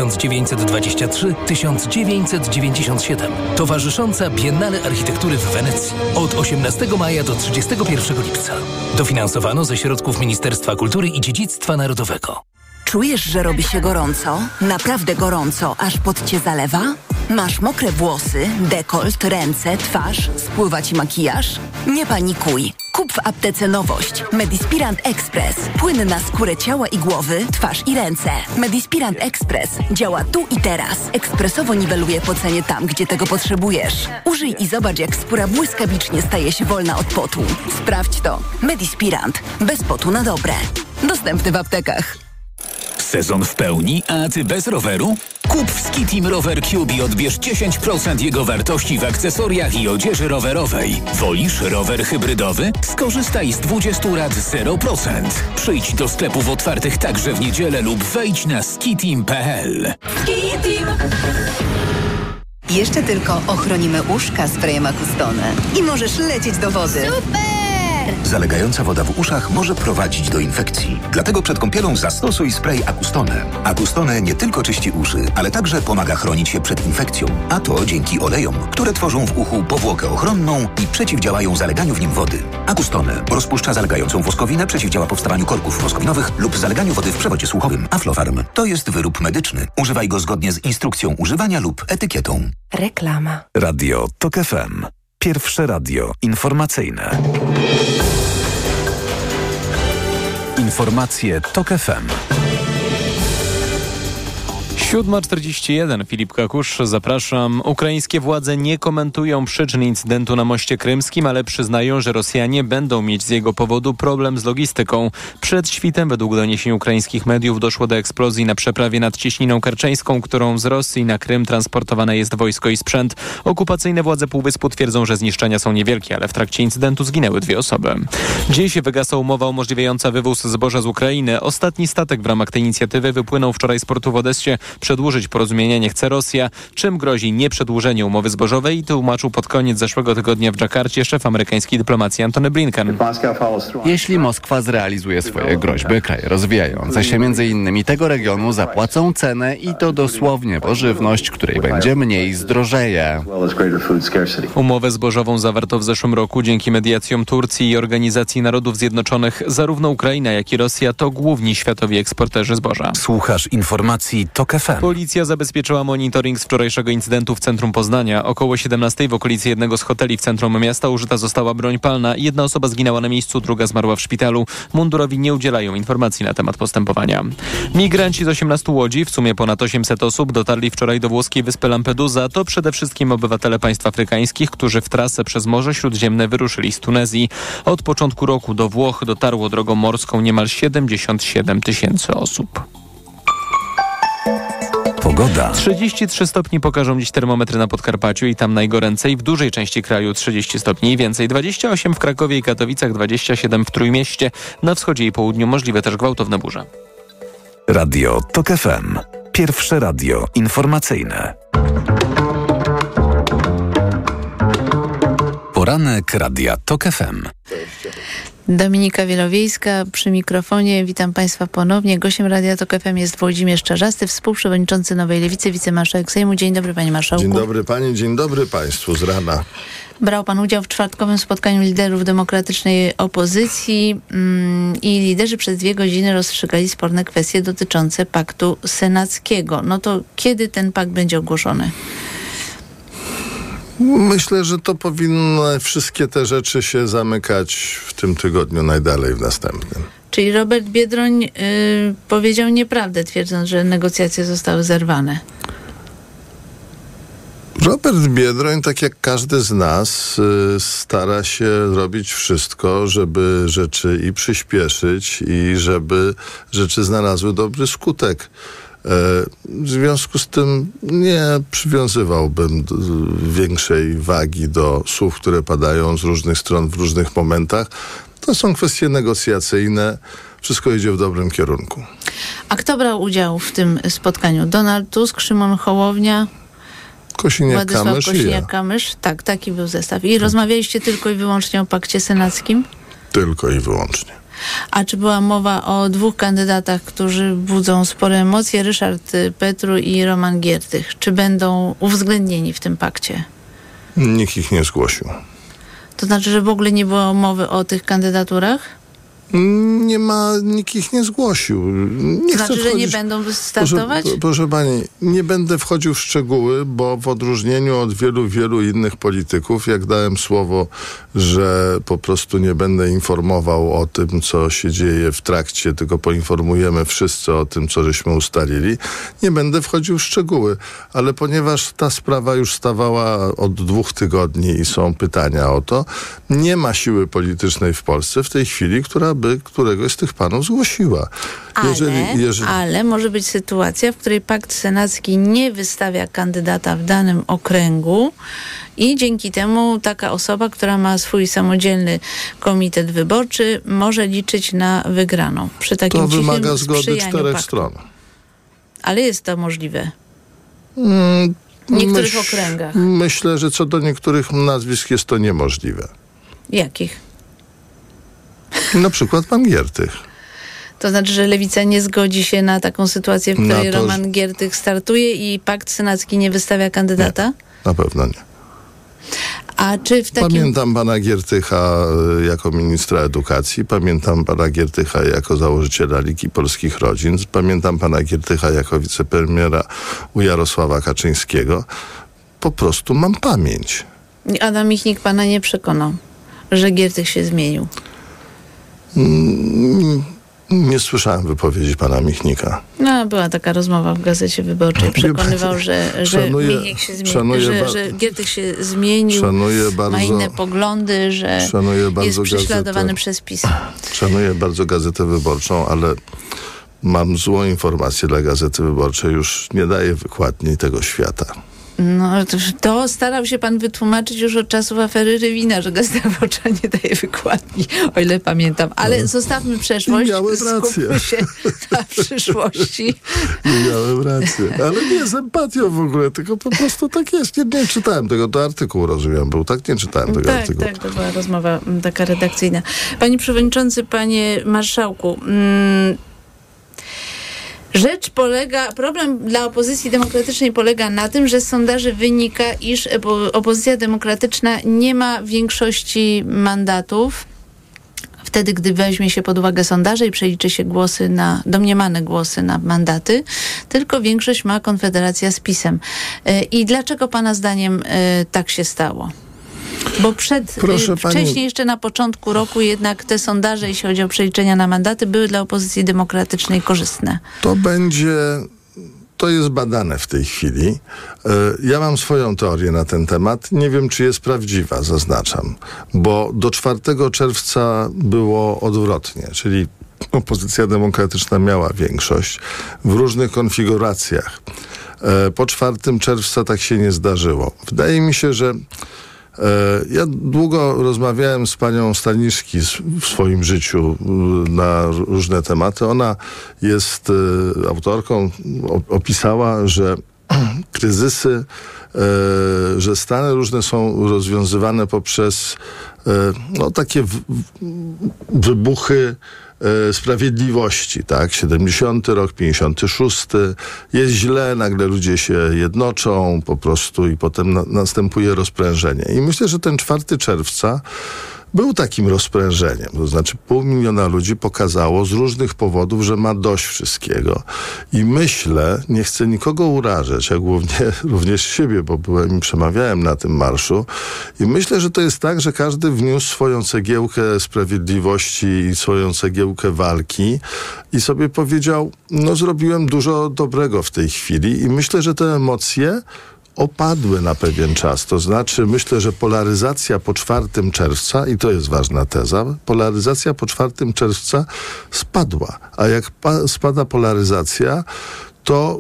1993-1997. Towarzysząca Biennale Architektury w Wenecji od 18 maja do 31 lipca. Dofinansowano ze środków Ministerstwa Kultury i Dziedzictwa Narodowego. Czujesz, że robi się gorąco? Naprawdę gorąco, aż pot cię zalewa? Masz mokre włosy, dekolt, ręce, twarz, spływa ci makijaż? Nie panikuj. Kup w aptece nowość. Medispirant Express. Płyn na skórę ciała i głowy, twarz i ręce. Medispirant Express działa tu i teraz. Ekspresowo niweluje pocenie tam, gdzie tego potrzebujesz. Użyj i zobacz, jak skóra błyskawicznie staje się wolna od potu. Sprawdź to. Medispirant. Bez potu na dobre. Dostępny w aptekach. Sezon w pełni, a ty bez roweru? Kup w Skitim Rower Cube i odbierz 10% jego wartości w akcesoriach i odzieży rowerowej. Wolisz rower hybrydowy? Skorzystaj z 20 lat 0%. Przyjdź do sklepów otwartych także w niedzielę lub wejdź na skitim.pl. Skitim! Jeszcze tylko ochronimy uszka sprayem Acustone i możesz lecieć do wody. Super! Zalegająca woda w uszach może prowadzić do infekcji. Dlatego przed kąpielą zastosuj spray Acustone. Acustone nie tylko czyści uszy, ale także pomaga chronić się przed infekcją. A to dzięki olejom, które tworzą w uchu powłokę ochronną i przeciwdziałają zaleganiu w nim wody. Acustone rozpuszcza zalegającą woskowinę, przeciwdziała powstawaniu korków woskowinowych lub zaleganiu wody w przewodzie słuchowym. Aflofarm to jest wyrób medyczny. Używaj go zgodnie z instrukcją używania lub etykietą. Reklama. Radio Tok FM. Pierwsze radio informacyjne. Informacje Tok FM. 7:41. Filip Kakusz, zapraszam. Ukraińskie władze nie komentują przyczyn incydentu na moście krymskim, ale przyznają, że Rosjanie będą mieć z jego powodu problem z logistyką. Przed świtem, według doniesień ukraińskich mediów, doszło do eksplozji na przeprawie nad Cieśniną Kerczeńską, którą z Rosji na Krym transportowane jest wojsko i sprzęt. Okupacyjne władze Półwyspu twierdzą, że zniszczenia są niewielkie, ale w trakcie incydentu zginęły 2 osoby. Dziś wygasa umowa umożliwiająca wywóz zboża z Ukrainy. Ostatni statek w ramach tej inicjatywy wypłynął wczoraj z portu w Odessie. Przedłużyć porozumienie nie chce Rosja, czym grozi nieprzedłużenie umowy zbożowej, tłumaczył pod koniec zeszłego tygodnia w Dżakarcie szef amerykańskiej dyplomacji Antony Blinken. Jeśli Moskwa zrealizuje swoje groźby, kraje rozwijające się m.in. tego regionu zapłacą cenę i to dosłownie, bo żywność, której będzie mniej, zdrożeje. Umowę zbożową zawarto w zeszłym roku dzięki mediacjom Turcji i Organizacji Narodów Zjednoczonych. Zarówno Ukraina, jak i Rosja to główni światowi eksporterzy zboża. Słuchasz informacji TOK FM. Policja zabezpieczyła monitoring z wczorajszego incydentu w centrum Poznania. Około 17 w okolicy jednego z hoteli w centrum miasta użyta została broń palna. 1 osoba zginęła na miejscu, druga zmarła w szpitalu. Mundurowi nie udzielają informacji na temat postępowania. Migranci z 18 łodzi, w sumie ponad 800 osób, dotarli wczoraj do włoskiej wyspy Lampedusa. To przede wszystkim obywatele państw afrykańskich, którzy w trasę przez Morze Śródziemne wyruszyli z Tunezji. Od początku roku do Włoch dotarło drogą morską niemal 77 000 osób. Pogoda. 33 stopni pokażą dziś termometry na Podkarpaciu i tam najgoręcej. W dużej części kraju 30 stopni i więcej. 28 w Krakowie i Katowicach, 27 w Trójmieście. Na wschodzie i południu możliwe też gwałtowne burze. Radio TOK FM. Pierwsze radio informacyjne. Poranek Radia TOK FM. Dominika Wielowiejska przy mikrofonie. Witam Państwa ponownie. Gościem Radia TOK FM jest Włodzimierz Czarzasty, współprzewodniczący Nowej Lewicy, wicemarszałek Sejmu. Dzień dobry, panie marszałku. Dzień dobry pani, dzień dobry państwu z rana. Brał pan udział w czwartkowym spotkaniu liderów demokratycznej opozycji i liderzy przez 2 godziny rozstrzygali sporne kwestie dotyczące paktu senackiego. No to kiedy ten pakt będzie ogłoszony? Myślę, że to powinno wszystkie te rzeczy się zamykać w tym tygodniu, najdalej w następnym. Czyli Robert Biedroń powiedział nieprawdę, twierdząc, że negocjacje zostały zerwane. Robert Biedroń, tak jak każdy z nas, stara się robić wszystko, żeby rzeczy i przyspieszyć i żeby rzeczy znalazły dobry skutek. W związku z tym nie przywiązywałbym większej wagi do słów, które padają z różnych stron w różnych momentach. To są kwestie negocjacyjne. Wszystko idzie w dobrym kierunku. A kto brał udział w tym spotkaniu? Donald Tusk, Szymon Hołownia, Władysław Kosiniak-Kamysz? Tak, taki był zestaw. I rozmawialiście tylko i wyłącznie o pakcie senackim? Tylko i wyłącznie. A czy była mowa o 2 kandydatach, którzy budzą spore emocje? Ryszard Petru i Roman Giertych. Czy będą uwzględnieni w tym pakcie? Nikt ich nie zgłosił. To znaczy, że w ogóle nie było mowy o tych kandydaturach? Nie ma, nikt ich nie zgłosił. Nie znaczy, że nie będą startować? Proszę pani, nie będę wchodził w szczegóły, bo w odróżnieniu od wielu innych polityków, jak dałem słowo, że po prostu nie będę informował o tym, co się dzieje w trakcie, tylko poinformujemy wszyscy o tym, co żeśmy ustalili, nie będę wchodził w szczegóły. Ale ponieważ ta sprawa już stawała od 2 tygodni i są pytania o to, nie ma siły politycznej w tej chwili, która by któregoś z tych panów zgłosiła. Ale może być sytuacja, w której pakt senacki nie wystawia kandydata w danym okręgu i dzięki temu taka osoba, która ma swój samodzielny komitet wyborczy, może liczyć na wygraną. Przy takim to wymaga zgody 4 paktu. stron. Ale jest to możliwe. W niektórych okręgach. Myślę, że co do niektórych nazwisk jest to niemożliwe. Jakich? Na przykład pan Giertych. To znaczy, że Lewica nie zgodzi się na taką sytuację, w której Roman Giertych startuje i pakt senacki nie wystawia kandydata? Nie, na pewno nie. A czy w takim... Pamiętam pana Giertycha jako ministra edukacji, pamiętam pana Giertycha jako założyciela Ligi Polskich Rodzin, pamiętam pana Giertycha jako wicepremiera u Jarosława Kaczyńskiego. Po prostu mam pamięć. Adam Michnik pana nie przekonał, że Giertych się zmienił? Nie słyszałem wypowiedzi pana Michnika. No, była taka rozmowa w Gazecie Wyborczej. Przekonywał, że Michnik się zmienił, że Giertych się zmienił, ma inne poglądy, że jest prześladowany przez PiS. Szanuję bardzo Gazetę Wyborczą, ale mam złą informację dla Gazety Wyborczej. Już nie daję wykładni tego świata. No, to starał się pan wytłumaczyć już od czasów afery Rywina, że Gazeta Wyborcza nie daje wykładni, o ile pamiętam. Ale zostawmy przeszłość, skupmy się na przyszłości. Miałem rację. Ale nie z empatią w ogóle, tylko po prostu tak jest. Nie czytałem tego, to artykuł, rozumiem, był tak? Nie czytałem tego artykułu. Tak, to była rozmowa taka redakcyjna. Panie Przewodniczący, Panie Marszałku, problem dla opozycji demokratycznej polega na tym, że z sondaży wynika, iż opozycja demokratyczna nie ma większości mandatów. Wtedy, gdy weźmie się pod uwagę sondaże i przeliczy się domniemane głosy na mandaty, tylko większość ma Konfederacja z PiS-em. I dlaczego pana zdaniem tak się stało? Bo wcześniej, jeszcze na początku roku, jednak te sondaże, jeśli chodzi o przeliczenia na mandaty, były dla opozycji demokratycznej korzystne. To jest badane w tej chwili. Ja mam swoją teorię na ten temat. Nie wiem, czy jest prawdziwa, zaznaczam. Bo do 4 czerwca było odwrotnie, czyli opozycja demokratyczna miała większość w różnych konfiguracjach. Po 4 czerwca tak się nie zdarzyło. Wydaje mi się, że ja długo rozmawiałem z panią Staniszki w swoim życiu na różne tematy. Ona jest autorką, opisała, że kryzysy, że stany różne są rozwiązywane poprzez takie wybuchy sprawiedliwości, tak? 70 rok, 56. Jest źle, nagle ludzie się jednoczą po prostu i potem następuje rozprężenie. I myślę, że ten 4 czerwca był takim rozprężeniem. To znaczy 500 000 ludzi pokazało z różnych powodów, że ma dość wszystkiego. I myślę, nie chcę nikogo urażać, a głównie również siebie, bo byłem i przemawiałem na tym marszu. I myślę, że to jest tak, że każdy wniósł swoją cegiełkę sprawiedliwości i swoją cegiełkę walki i sobie powiedział, zrobiłem dużo dobrego w tej chwili. I myślę, że te emocje opadły na pewien czas. To znaczy, myślę, że polaryzacja po 4 czerwca, i to jest ważna teza, polaryzacja po 4 czerwca spadła. A jak spada polaryzacja, to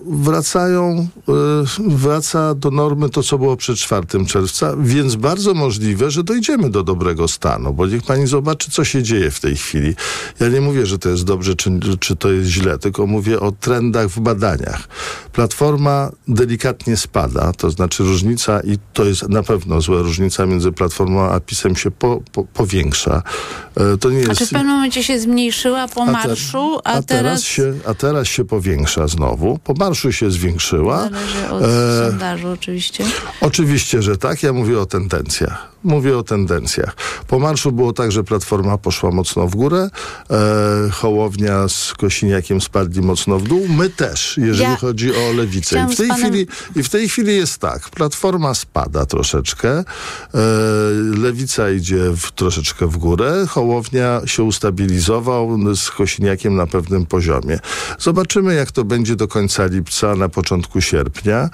wraca do normy to, co było przed 4 czerwca, więc bardzo możliwe, że dojdziemy do dobrego stanu, bo niech pani zobaczy, co się dzieje w tej chwili. Ja nie mówię, że to jest dobrze, czy to jest źle, tylko mówię o trendach w badaniach. Platforma delikatnie spada, to znaczy różnica, i to jest na pewno zła różnica między Platformą a PiS-em się powiększa. To nie jest... A czy w pewnym momencie się zmniejszyła po marszu, a teraz się powiększa znowu. Po marszu się zwiększyła. Zależy od sondażu oczywiście. Oczywiście, że tak. Ja mówię o tendencjach. Po marszu było tak, że Platforma poszła mocno w górę. Hołownia z Kosiniakiem spadli mocno w dół. My też, jeżeli chodzi o Lewicę. I w tej chwili jest tak. Platforma spada troszeczkę. Lewica idzie troszeczkę w górę. Hołownia się ustabilizował z Kosiniakiem na pewnym poziomie. Zobaczymy, jak to będzie do końca lipca, na początku sierpnia.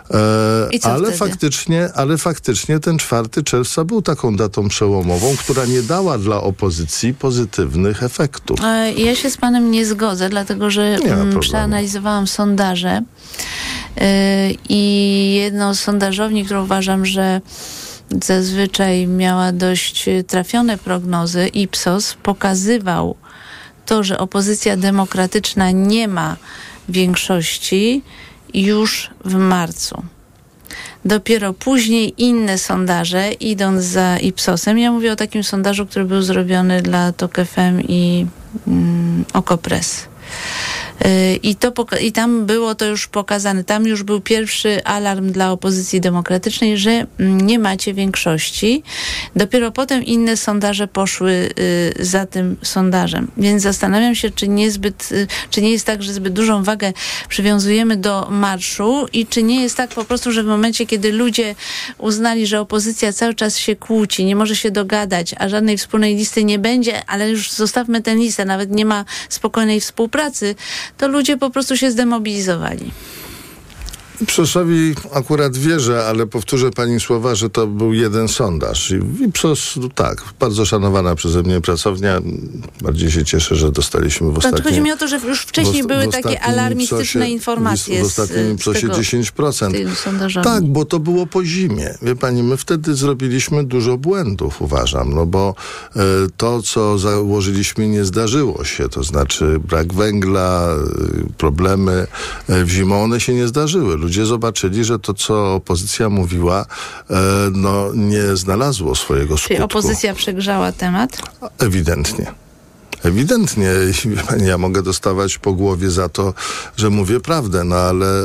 Ale faktycznie ten 4 czerwca był taką datą przełomową, która nie dała dla opozycji pozytywnych efektów. Ja się z panem nie zgodzę, dlatego że przeanalizowałam sondaże i jedną z sondażowni, którą uważam, że zazwyczaj miała dość trafione prognozy, Ipsos, pokazywał to, że opozycja demokratyczna nie ma większości już w marcu. Dopiero później inne sondaże, idąc za Ipsosem, ja mówię o takim sondażu, który był zrobiony dla TOK FM i Okopres. I tam było to już pokazane. Tam już był pierwszy alarm dla opozycji demokratycznej, że nie macie większości. Dopiero potem inne sondaże poszły za tym sondażem. Więc zastanawiam się, czy nie jest tak, że zbyt dużą wagę przywiązujemy do marszu i czy nie jest tak po prostu, że w momencie, kiedy ludzie uznali, że opozycja cały czas się kłóci, nie może się dogadać, a żadnej wspólnej listy nie będzie, ale już zostawmy tę listę, nawet nie ma spokojnej współpracy, to ludzie po prostu się zdemobilizowali. Ipsosowi akurat wierzę, ale powtórzę pani słowa, że to był jeden sondaż. Ipsos, tak, bardzo szanowana przeze mnie pracownia. Bardziej się cieszę, że dostaliśmy w ostatnim... Chodzi mi o to, że już wcześniej były takie alarmistyczne informacje. W ostatnim Ipsosie 10%. Tak, bo to było po zimie. Wie pani, my wtedy zrobiliśmy dużo błędów, uważam, no bo to, co założyliśmy, nie zdarzyło się. To znaczy brak węgla, problemy w zimę, one się nie zdarzyły. Ludzie zobaczyli, że to, co opozycja mówiła, nie znalazło swojego skutku. Czy opozycja przegrzała temat? Ewidentnie. Ja mogę dostawać po głowie za to, że mówię prawdę, no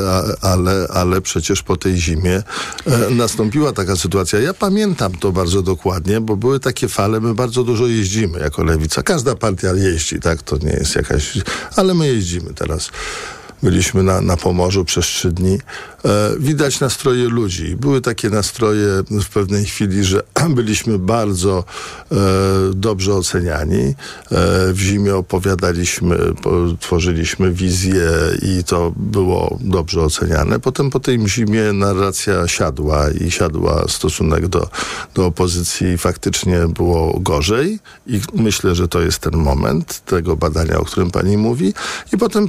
ale przecież po tej zimie nastąpiła taka sytuacja. Ja pamiętam to bardzo dokładnie, bo były takie fale, my bardzo dużo jeździmy jako Lewica. Każda partia jeździ, tak? To nie jest jakaś... Ale my jeździmy teraz. Byliśmy na Pomorzu przez 3 dni. Widać nastroje ludzi. Były takie nastroje w pewnej chwili, że byliśmy bardzo dobrze oceniani. W zimie opowiadaliśmy, tworzyliśmy wizję i to było dobrze oceniane. Potem po tej zimie narracja siadła stosunek do opozycji i faktycznie było gorzej. I myślę, że to jest ten moment tego badania, o którym pani mówi. I potem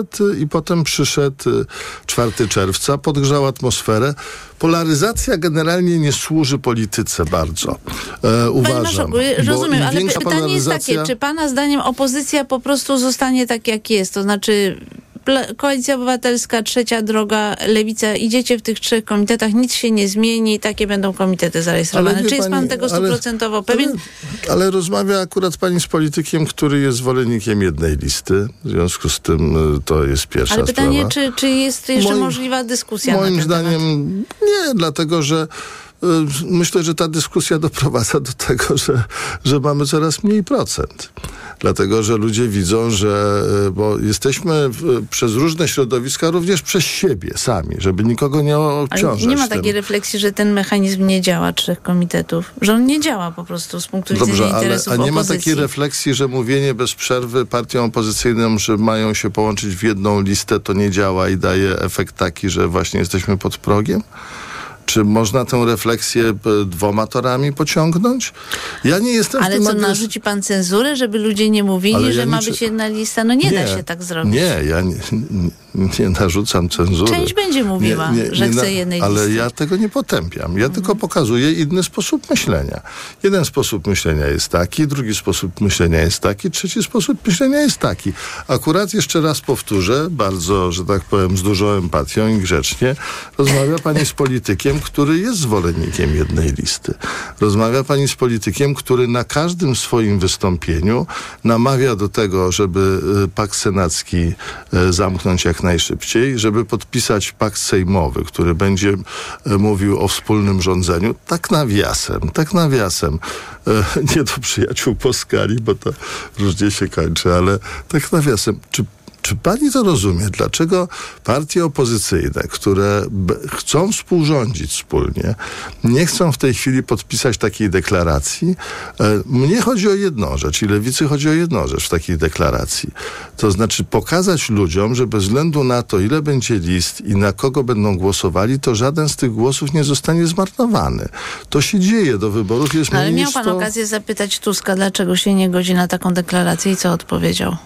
przyszedł 4 czerwca, podgrzał atmosferę. Polaryzacja generalnie nie służy polityce bardzo. Uważam. Marszałku, rozumiem, ale pytanie jest takie, czy pana zdaniem opozycja po prostu zostanie tak, jak jest? To znaczy Koalicja Obywatelska, Trzecia Droga, Lewica, idziecie w tych 3 komitetach, nic się nie zmieni, takie będą komitety zarejestrowane. Czy jest pan tego 100% pewien? Ale rozmawia akurat pani z politykiem, który jest zwolennikiem jednej listy. W związku z tym to jest pierwsza sprawa. Ale pytanie, czy jest jeszcze możliwa dyskusja na ten temat? Moim zdaniem nie, dlatego że myślę, że ta dyskusja doprowadza do tego, że mamy coraz mniej procent. Dlatego, że ludzie widzą, bo jesteśmy przez różne środowiska, również przez siebie sami, żeby nikogo nie obciążać. Ale nie ma takiej refleksji, że ten mechanizm nie działa 3 komitetów, że on nie działa po prostu z punktu widzenia interesów a nie opozycji. ma takiej refleksji, że mówienie bez przerwy partiom opozycyjnym, że mają się połączyć w jedną listę, to nie działa i daje efekt taki, że właśnie jesteśmy pod progiem? Czy można tę refleksję 2 torami pociągnąć? Ja nie jestem Ale w tym... Ale co, narzuci pan cenzurę, żeby ludzie nie mówili, że ma być jedna lista? No nie da się tak zrobić. Nie, ja nie narzucam cenzury. Część będzie mówiła, że chce jednej listy. Ale ja tego nie potępiam. Ja tylko pokazuję inny sposób myślenia. Jeden sposób myślenia jest taki, drugi sposób myślenia jest taki, trzeci sposób myślenia jest taki. Akurat jeszcze raz powtórzę, bardzo, że tak powiem, z dużą empatią i grzecznie, rozmawia pani z politykiem, który jest zwolennikiem jednej listy. Rozmawia pani z politykiem, który na każdym swoim wystąpieniu namawia do tego, żeby pakt senacki zamknąć jak najszybciej, żeby podpisać pakt sejmowy, który będzie mówił o wspólnym rządzeniu. Tak nawiasem. Nie do przyjaciół po skali, bo to różnie się kończy, ale tak nawiasem. Czy pani to rozumie? Dlaczego partie opozycyjne, które chcą współrządzić wspólnie, nie chcą w tej chwili podpisać takiej deklaracji? Mnie chodzi o jedną rzecz i Lewicy chodzi o jedną rzecz w takiej deklaracji. To znaczy pokazać ludziom, że bez względu na to, ile będzie list i na kogo będą głosowali, to żaden z tych głosów nie zostanie zmarnowany. To się dzieje, do wyborów jest mniej. Ale miał pan okazję zapytać Tuska, dlaczego się nie godzi na taką deklarację i co odpowiedział?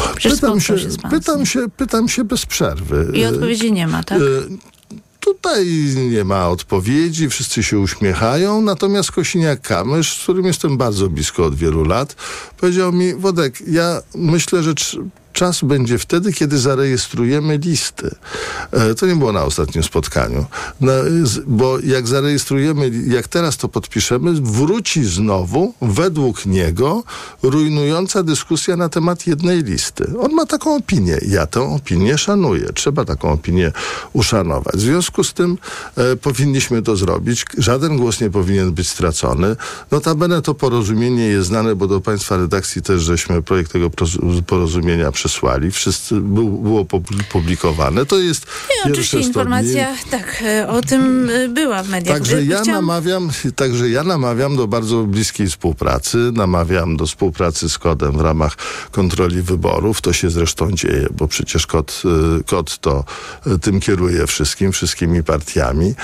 Pytam się bez przerwy. I odpowiedzi nie ma, tak? Tutaj nie ma odpowiedzi, wszyscy się uśmiechają, natomiast Kosiniak-Kamysz, z którym jestem bardzo blisko od wielu lat, powiedział mi: Wodek, ja myślę, że czas będzie wtedy, kiedy zarejestrujemy listy. To nie było na ostatnim spotkaniu. Bo jak zarejestrujemy, jak teraz to podpiszemy, wróci znowu, według niego, rujnująca dyskusja na temat jednej listy. On ma taką opinię. Ja tę opinię szanuję. Trzeba taką opinię uszanować. W związku z tym powinniśmy to zrobić. Żaden głos nie powinien być stracony. Notabene to porozumienie jest znane, bo do Państwa redakcji też żeśmy projekt tego porozumienia przesłali. Było publikowane. To jest oczywiście informacja o tym była w mediach. Także ja namawiam do bardzo bliskiej współpracy. Namawiam do współpracy z KOD-em w ramach kontroli wyborów. To się zresztą dzieje, bo przecież KOD to tym kieruje wszystkimi partiami.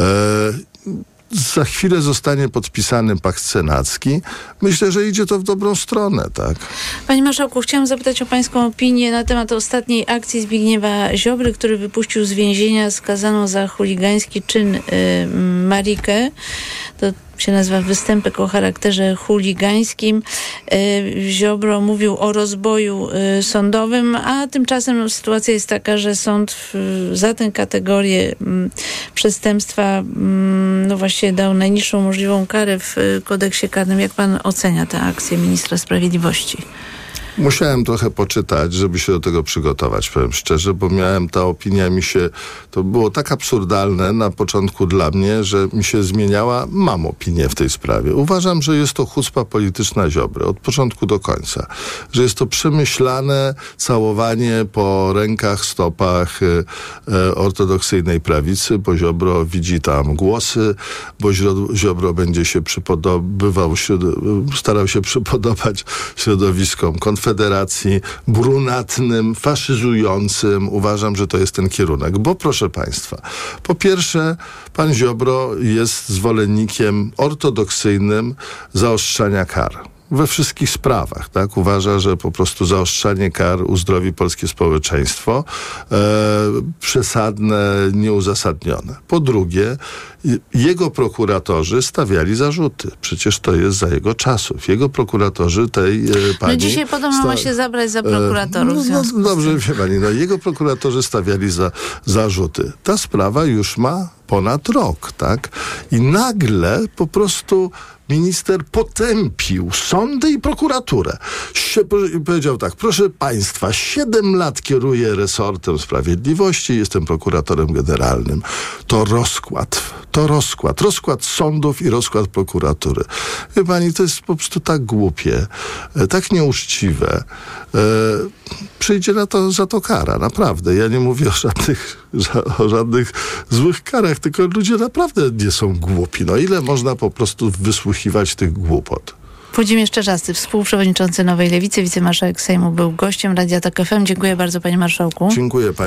Za chwilę zostanie podpisany pakt senacki. Myślę, że idzie to w dobrą stronę, tak? Panie marszałku, chciałam zapytać o pańską opinię na temat ostatniej akcji Zbigniewa Ziobry, który wypuścił z więzienia skazaną za chuligański czyn Marikę. To się nazywa występek o charakterze chuligańskim. Ziobro mówił o rozboju sądowym, a tymczasem sytuacja jest taka, że sąd za tę kategorię przestępstwa właśnie dał najniższą możliwą karę w kodeksie karnym. Jak pan ocenia tę akcję ministra sprawiedliwości? Musiałem trochę poczytać, żeby się do tego przygotować, powiem szczerze, bo ta opinia to było tak absurdalne na początku dla mnie, że mi się zmieniała. Mam opinię w tej sprawie. Uważam, że jest to chucpa polityczna Ziobry od początku do końca. Że jest to przemyślane całowanie po rękach, stopach ortodoksyjnej prawicy, bo Ziobro widzi tam głosy, bo Ziobro będzie się starał się przypodobać środowiskom Konfederacji, brunatnym, faszyzującym. Uważam, że to jest ten kierunek. Bo proszę Państwa, po pierwsze, pan Ziobro jest zwolennikiem ortodoksyjnym zaostrzania kar. We wszystkich sprawach, tak? Uważa, że po prostu zaostrzanie kar uzdrowi polskie społeczeństwo. Przesadne, nieuzasadnione. Po drugie, jego prokuratorzy stawiali zarzuty. Przecież to jest za jego czasów. Jego prokuratorzy tej pani... dzisiaj podobno ma się zabrać za prokuratorów. Dobrze, wie pani. Jego prokuratorzy stawiali zarzuty. Ta sprawa już ma ponad rok, tak? I nagle po prostu minister potępił sądy i prokuraturę. Powiedział tak: proszę Państwa, 7 lat kieruję resortem sprawiedliwości, jestem prokuratorem generalnym. To rozkład sądów i rozkład prokuratury. Wie pani, to jest po prostu tak głupie, tak nieuczciwe. Przyjdzie za to kara, naprawdę. Ja nie mówię o żadnych złych karach, tylko ludzie naprawdę nie są głupi. Ile można po prostu wysłuchiwać tych głupot? Włodzimierz Czarzasty, współprzewodniczący Nowej Lewicy, wicemarszałek Sejmu, był gościem Radia Tok FM. Dziękuję bardzo, panie marszałku. Dziękuję pani.